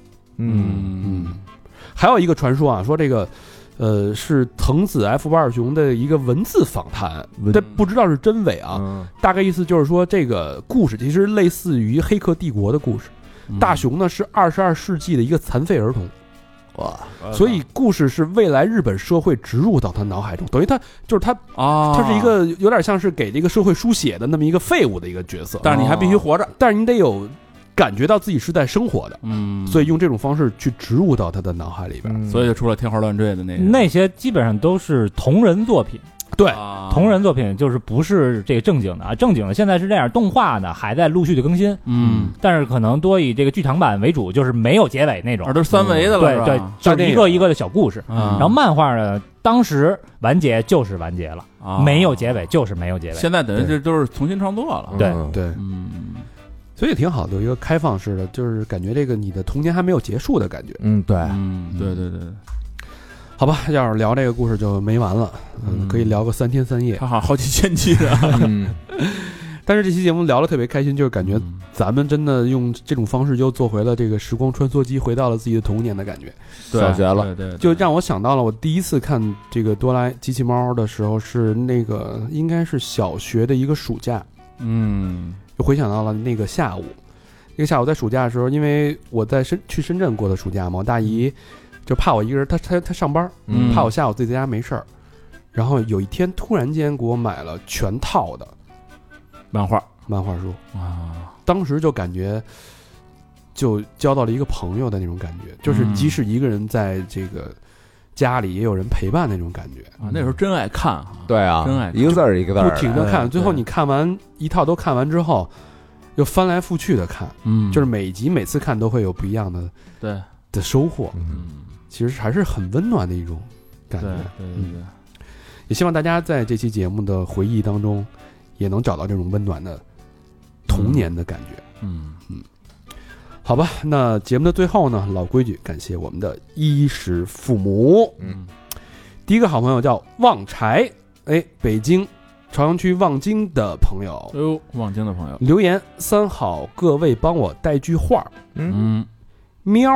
还有一个传说啊，说这个。是藤子 F 不二雄的一个文字访谈，这不知道是真伪啊。大概意思就是说，这个故事其实类似于《黑客帝国》的故事。大雄呢是22世纪的一个残废儿童，哇！所以故事是未来日本社会植入到他脑海中，等于他就是他是一个有点像是给这个社会书写的那么一个废物的一个角色。 但是你还必须活着， 但是你得有。感觉到自己是在生活的，所以用这种方式去植入到他的脑海里边， 所以就出了天花乱坠的那些基本上都是同人作品。 对， 同人作品就是不是这个正经的啊，正经的现在是这样，动画呢还在陆续的更新，但是可能多以这个剧场版为主，就是没有结尾那种， 都是3维的了， 对，就是一个一个的小故事。然后漫画呢，当时完结就是完结了，没有结尾就是没有结尾。 现在等于这都是重新创作了， 对， 所以也挺好的，有一个开放式的，就是感觉这个你的童年还没有结束的感觉。 对。 好吧，要是聊这个故事就没完了，可以聊个3天3夜， 它好几千集的。 但是这期节目聊得特别开心，就是感觉咱们真的用这种方式就做回了这个时光穿梭机，回到了自己的童年的感觉。 小学了， 对， 就让我想到了我第一次看这个哆啦机器猫的时候，是那个应该是小学的一个暑假。就回想到了那个下午，在暑假的时候，因为我在去深圳过的暑假嘛，我大姨就怕我一个人，她上班，怕我下午自己在家没事儿，然后有一天突然间给我买了全套的漫画书啊，当时就感觉就交到了一个朋友的那种感觉，就是即使一个人在这个家里也有人陪伴那种感觉啊，那时候真爱看啊， 对啊， 真爱看一个字儿一个字儿不停的看，最后你看完一套都看完之后，又翻来覆去的看，就是每集每次看都会有不一样的的收获，其实还是很温暖的一种感觉， 对， 也希望大家在这期节目的回忆当中，也能找到这种温暖的童年的感觉，好吧，那节目的最后呢，老规矩，感谢我们的衣食父母。第一个好朋友叫旺柴，北京朝阳区望京的朋友， 望京的朋友留言：3好，各位帮我带句话。喵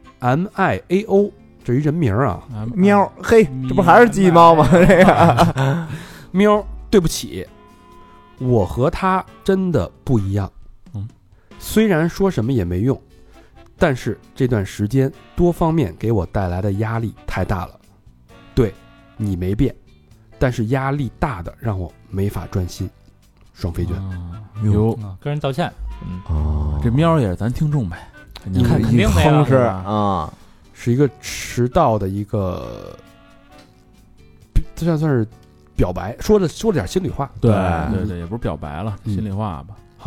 ，MIAO， 这一人名啊。 喵，嘿，这不还是鸡猫吗？这个喵，对不起，我和他真的不一样。虽然说什么也没用，但是这段时间多方面给我带来的压力太大了。对，你没变，但是压力大的让我没法专心。双飞卷， 跟人道歉。 这喵也是咱听众呗， 你看肯定的是啊， 是一个迟到的一个，这算是表白，说了点心里话。 对，也不是表白了，心里话吧。 好吧。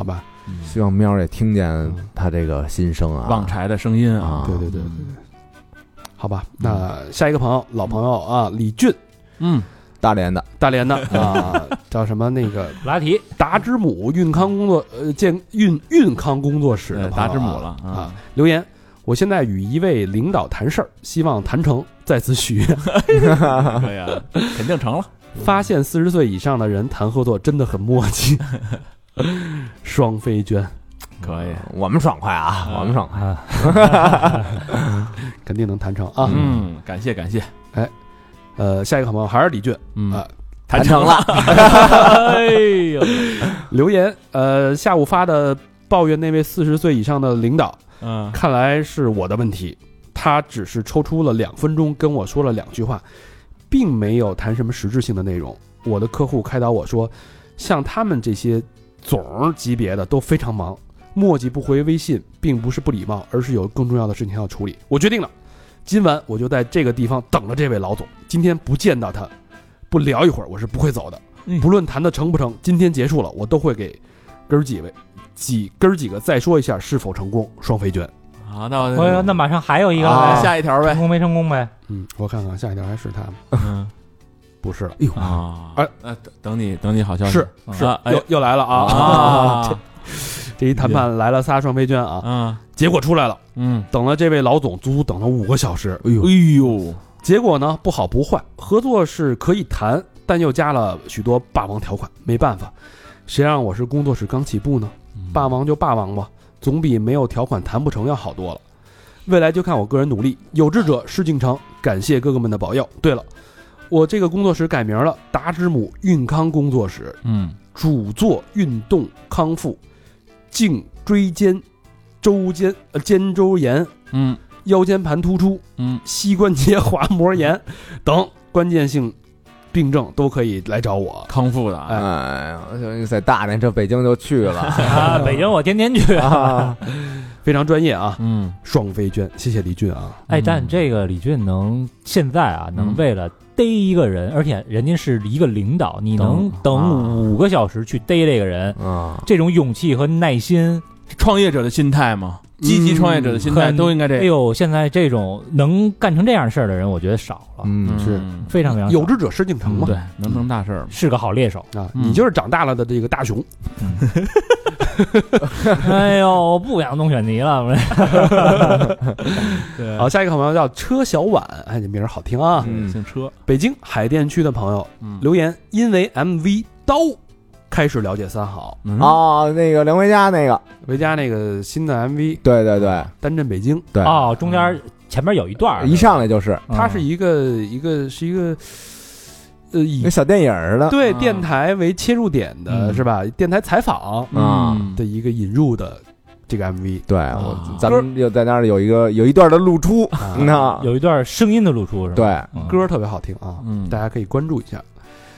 希望喵也听见他这个心声啊， 旺财的声音啊， 对，好吧，那下一个朋友，老朋友啊，李俊， 大连的啊，叫什么那个拉提达之母运康工作运康工作室的达之母了啊，留言。我现在与一位领导谈事儿，希望谈成，在此许愿。 可以啊，肯定成了。 发现40岁以上的人谈合作真的很默契。双飞娟， 可以， 我们爽快啊，我们爽快， 肯定能谈成啊。 感谢。 哎，下一个好朋友还是李俊啊， 谈成了。 哎呦， 留言下午发的抱怨那位40岁以上的领导。看来是我的问题，他只是抽出了2分钟跟我说了2句话，并没有谈什么实质性的内容。我的客户开导我说，像他们这些总级别的都非常忙，墨迹不回微信并不是不礼貌，而是有更重要的事情要处理。我决定了，今晚我就在这个地方等着这位老总，今天不见到他，不聊一会儿我是不会走的。不论谈的成不成，今天结束了，我都会给哥儿几个再说一下是否成功。双飞娟啊， 那马上还有一个下一条呗， 成功没成功呗？ 我看看下一条还是他吗？不是了。哎呦等你好消息是又来了啊！这一谈判来了仨双飞娟啊！结果出来了，等了这位老总足足等了5个小时。哎呦！结果呢不好不坏，合作是可以谈，但又加了许多霸王条款。没办法，谁让我是工作室刚起步呢？霸王就霸王吧，总比没有条款谈不成要好多了。未来就看我个人努力，有志者事竟成。感谢哥哥们的保佑。对了，我这个工作室改名了，达之母运康工作室。主做运动康复、颈椎间、肩周炎、腰间盘突出、膝关节滑膜炎等关键性病症都可以来找我康复的。 在大连这北京就去了啊，北京我天天去啊， 非常专业啊。双飞娟，谢谢李俊啊。 但这个李俊现在能为了逮一个人，而且人家是一个领导，你能等5个小时去逮这个人这种勇气和耐心， 创业者的心态嘛，积极创业者的心态都应该这样。 哎呦，现在这种能干成这样事儿的人，我觉得少了。 是非常非常有志者事竟成嘛。 对，能成大事儿， 是个好猎手啊！你就是长大了的这个大熊。 哎呦，不想弄选题了。 对，好，下一个好朋友叫车小婉，这名儿好听啊， 姓车。 北京海淀区的朋友留言，因为 MV 刀开始了解三好那个梁维嘉那个新的 MV， 对， 单镇北京， 对中间前面有一段， 一上来就是它是一个以小电影的， 对，电台为切入点的是吧？电台采访的一个引入的这个 MV， 对，咱们又在那儿有一段的露出， 有一段声音的露出是吧？ 对， 歌特别好听啊，大家可以关注一下。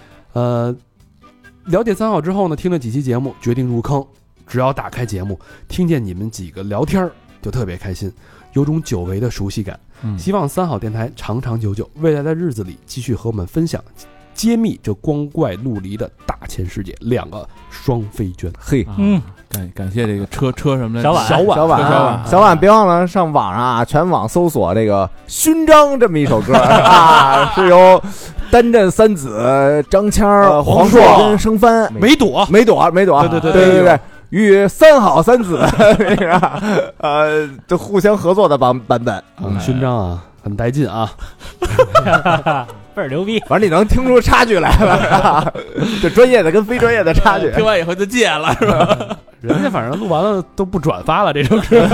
了解三好之后呢，听了几期节目，决定入坑。只要打开节目，听见你们几个聊天就特别开心，有种久违的熟悉感。希望三好电台长长久久，未来的日子里继续和我们分享揭秘这光怪陆离的大千世界。2个双飞娟， 嘿， 感谢这个车什么的小婉，别忘了上网上全网搜索这个《勋章》这么一首歌是由单镇三子张谦、黄硕跟生帆梅朵， 对，与三好三子那个就互相合作的版本。 勋章啊，很带劲啊。 倍儿牛逼， 反正你能听出差距来了，这专业的跟非专业的差距。 听完以后就戒了，是吧？ 人家反正录完了都不转发了这首歌。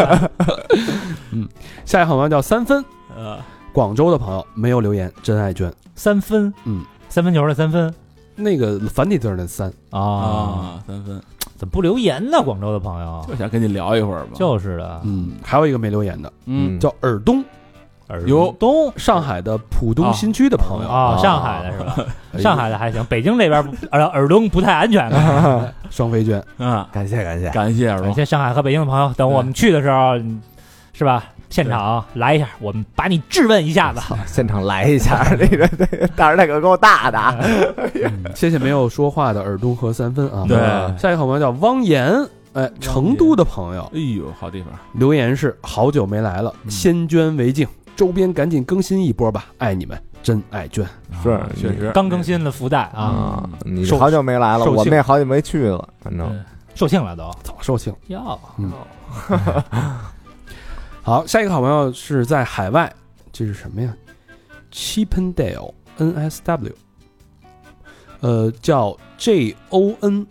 下一个好朋友叫3分，广州的朋友没有留言，真爱娟 3分，3分球的3分， 那个繁体字的3 啊，3分， 怎么不留言呢？广州的朋友就想跟你聊一会儿吧。 就是的， 还有一个没留言的，叫尔东。上海的浦东新区的朋友上海的是吧？上海的还行，北京这边尔东不太安全。 双飞娟感谢尔东，感谢上海和北京的朋友。等我们去的时候，是吧？现场来一下，我们把你质问一下子。 现场来一下，这个胆儿那个够大的。 谢谢没有说话的尔东和3分啊。 对， 下一个好朋友叫汪岩。 成都的朋友， 哎呦，好地方， 留言是好久没来了，先捐为敬，周边赶紧更新一波吧，爱你们，真爱捐。 是， 确实刚更新了福袋啊， 你好久没来了，我们也好久没去了，反正售罄了都， 早售罄。 哟， 好，下一个好朋友是在海外，这是什么呀 ？Chippendale NSW， 叫 JONQUIL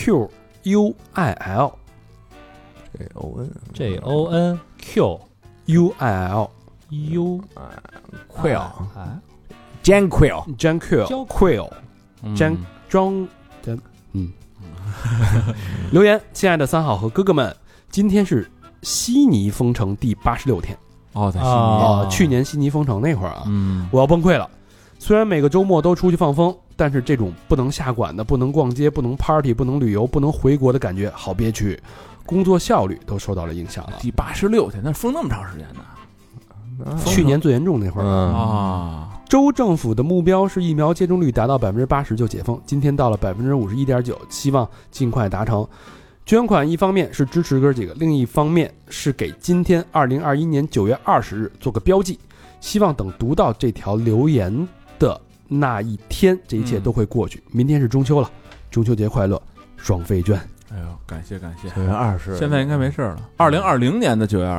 JONQUIL Janquil 留言，亲爱的三好和哥哥们，今天是悉尼封城第86天。 在悉尼去年悉尼封城那会儿啊，我要崩溃了。虽然每个周末都出去放风，但是这种不能下馆的、不能逛街、不能 party、不能旅游、不能回国的感觉好憋屈，工作效率都受到了影响了。 第86天，那封那么长时间呢？ 去年最严重那会儿州政府的目标是疫苗接种率达到80%就解封，今天到了51.9%，希望尽快达成。捐款一方面是支持哥几个，另一方面是给今天2021年9月20日做个标记，希望等读到这条留言的那一天，这一切都会过去。明天是中秋了，中秋节快乐，双飞捐。 哎呦，感谢感谢 ！9月20日， 现在应该没事了。2020年的9月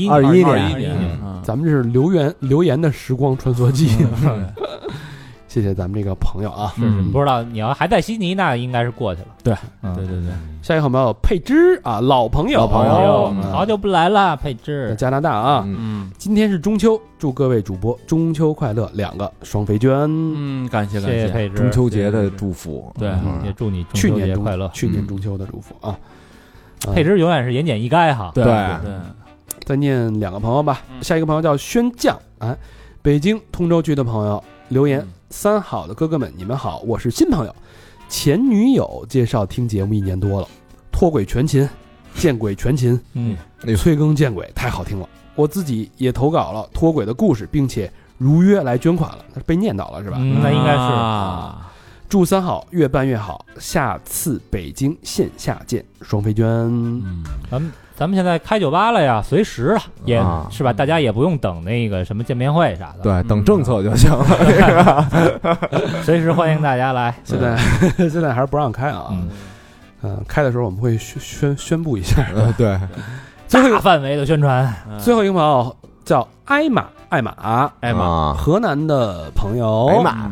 2021 年， 咱们这是留言的时光穿梭机。谢谢咱们这个朋友啊， 不知道你要还在悉尼，那应该是过去了。 对， 下一个好朋友佩芝啊，老朋友， 好久不来了，佩芝， 在加拿大啊。今天是中秋，祝各位主播中秋快乐，2个双飞捐。 感谢佩芝， 中秋节的祝福， 对，也祝你中秋节快乐， 去年中秋的祝福啊。 佩芝永远是言简意赅哈。 对， 再念2个朋友吧。下一个朋友叫宣将，北京通州区的朋友留言。三好的哥哥们，你们好，我是新朋友，前女友介绍听节目1年多了，脱轨全勤，见鬼全勤，催更见鬼太好听了，我自己也投稿了脱轨的故事，并且如约来捐款了，被念叨了是吧？ 那应该是祝三好越办越好，下次北京线下见，双飞捐。 咱们现在开酒吧了呀，随时了，也是吧？大家也不用等那个什么见面会啥的， 对，等政策就行了， 随时欢迎大家来。 现在还是不让开啊，开的时候我们会宣布一下， 对， 大范围的宣传。 最后一个朋友叫艾玛，河南的朋友， 艾玛。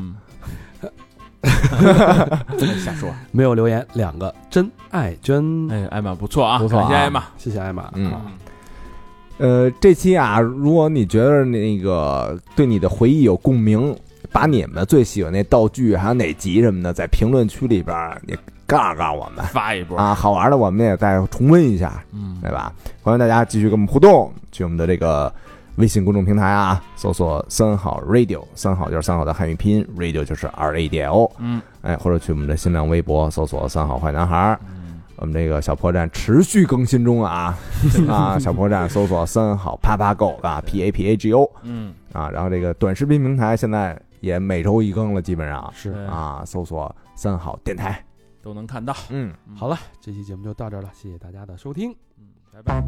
瞎说， 没有留言，2个真爱捐。 艾玛不错啊， 不错， 感谢艾玛， 谢谢艾玛。 这期啊，如果你觉得那个对你的回忆有共鸣，把你们最喜欢那道具还有哪集什么的，在评论区里边也告诉我们， 发一波啊，好玩的我们也再重温一下，对吧？欢迎大家继续跟我们互动，去我们的这个微信公众平台啊，搜索三好 radio， 三好就是三好的汉语拼音 ，radio 就是 RADIO， 或者去我们的新浪微博搜索三好坏男孩，我们这个小破站持续更新中啊，小破站搜索三好啪啪狗啊 PAPAGO， 然后这个短视频平台现在也每周一更了，基本上是啊，搜索三好电台都能看到。 好了，这期节目就到这儿了，谢谢大家的收听。拜拜。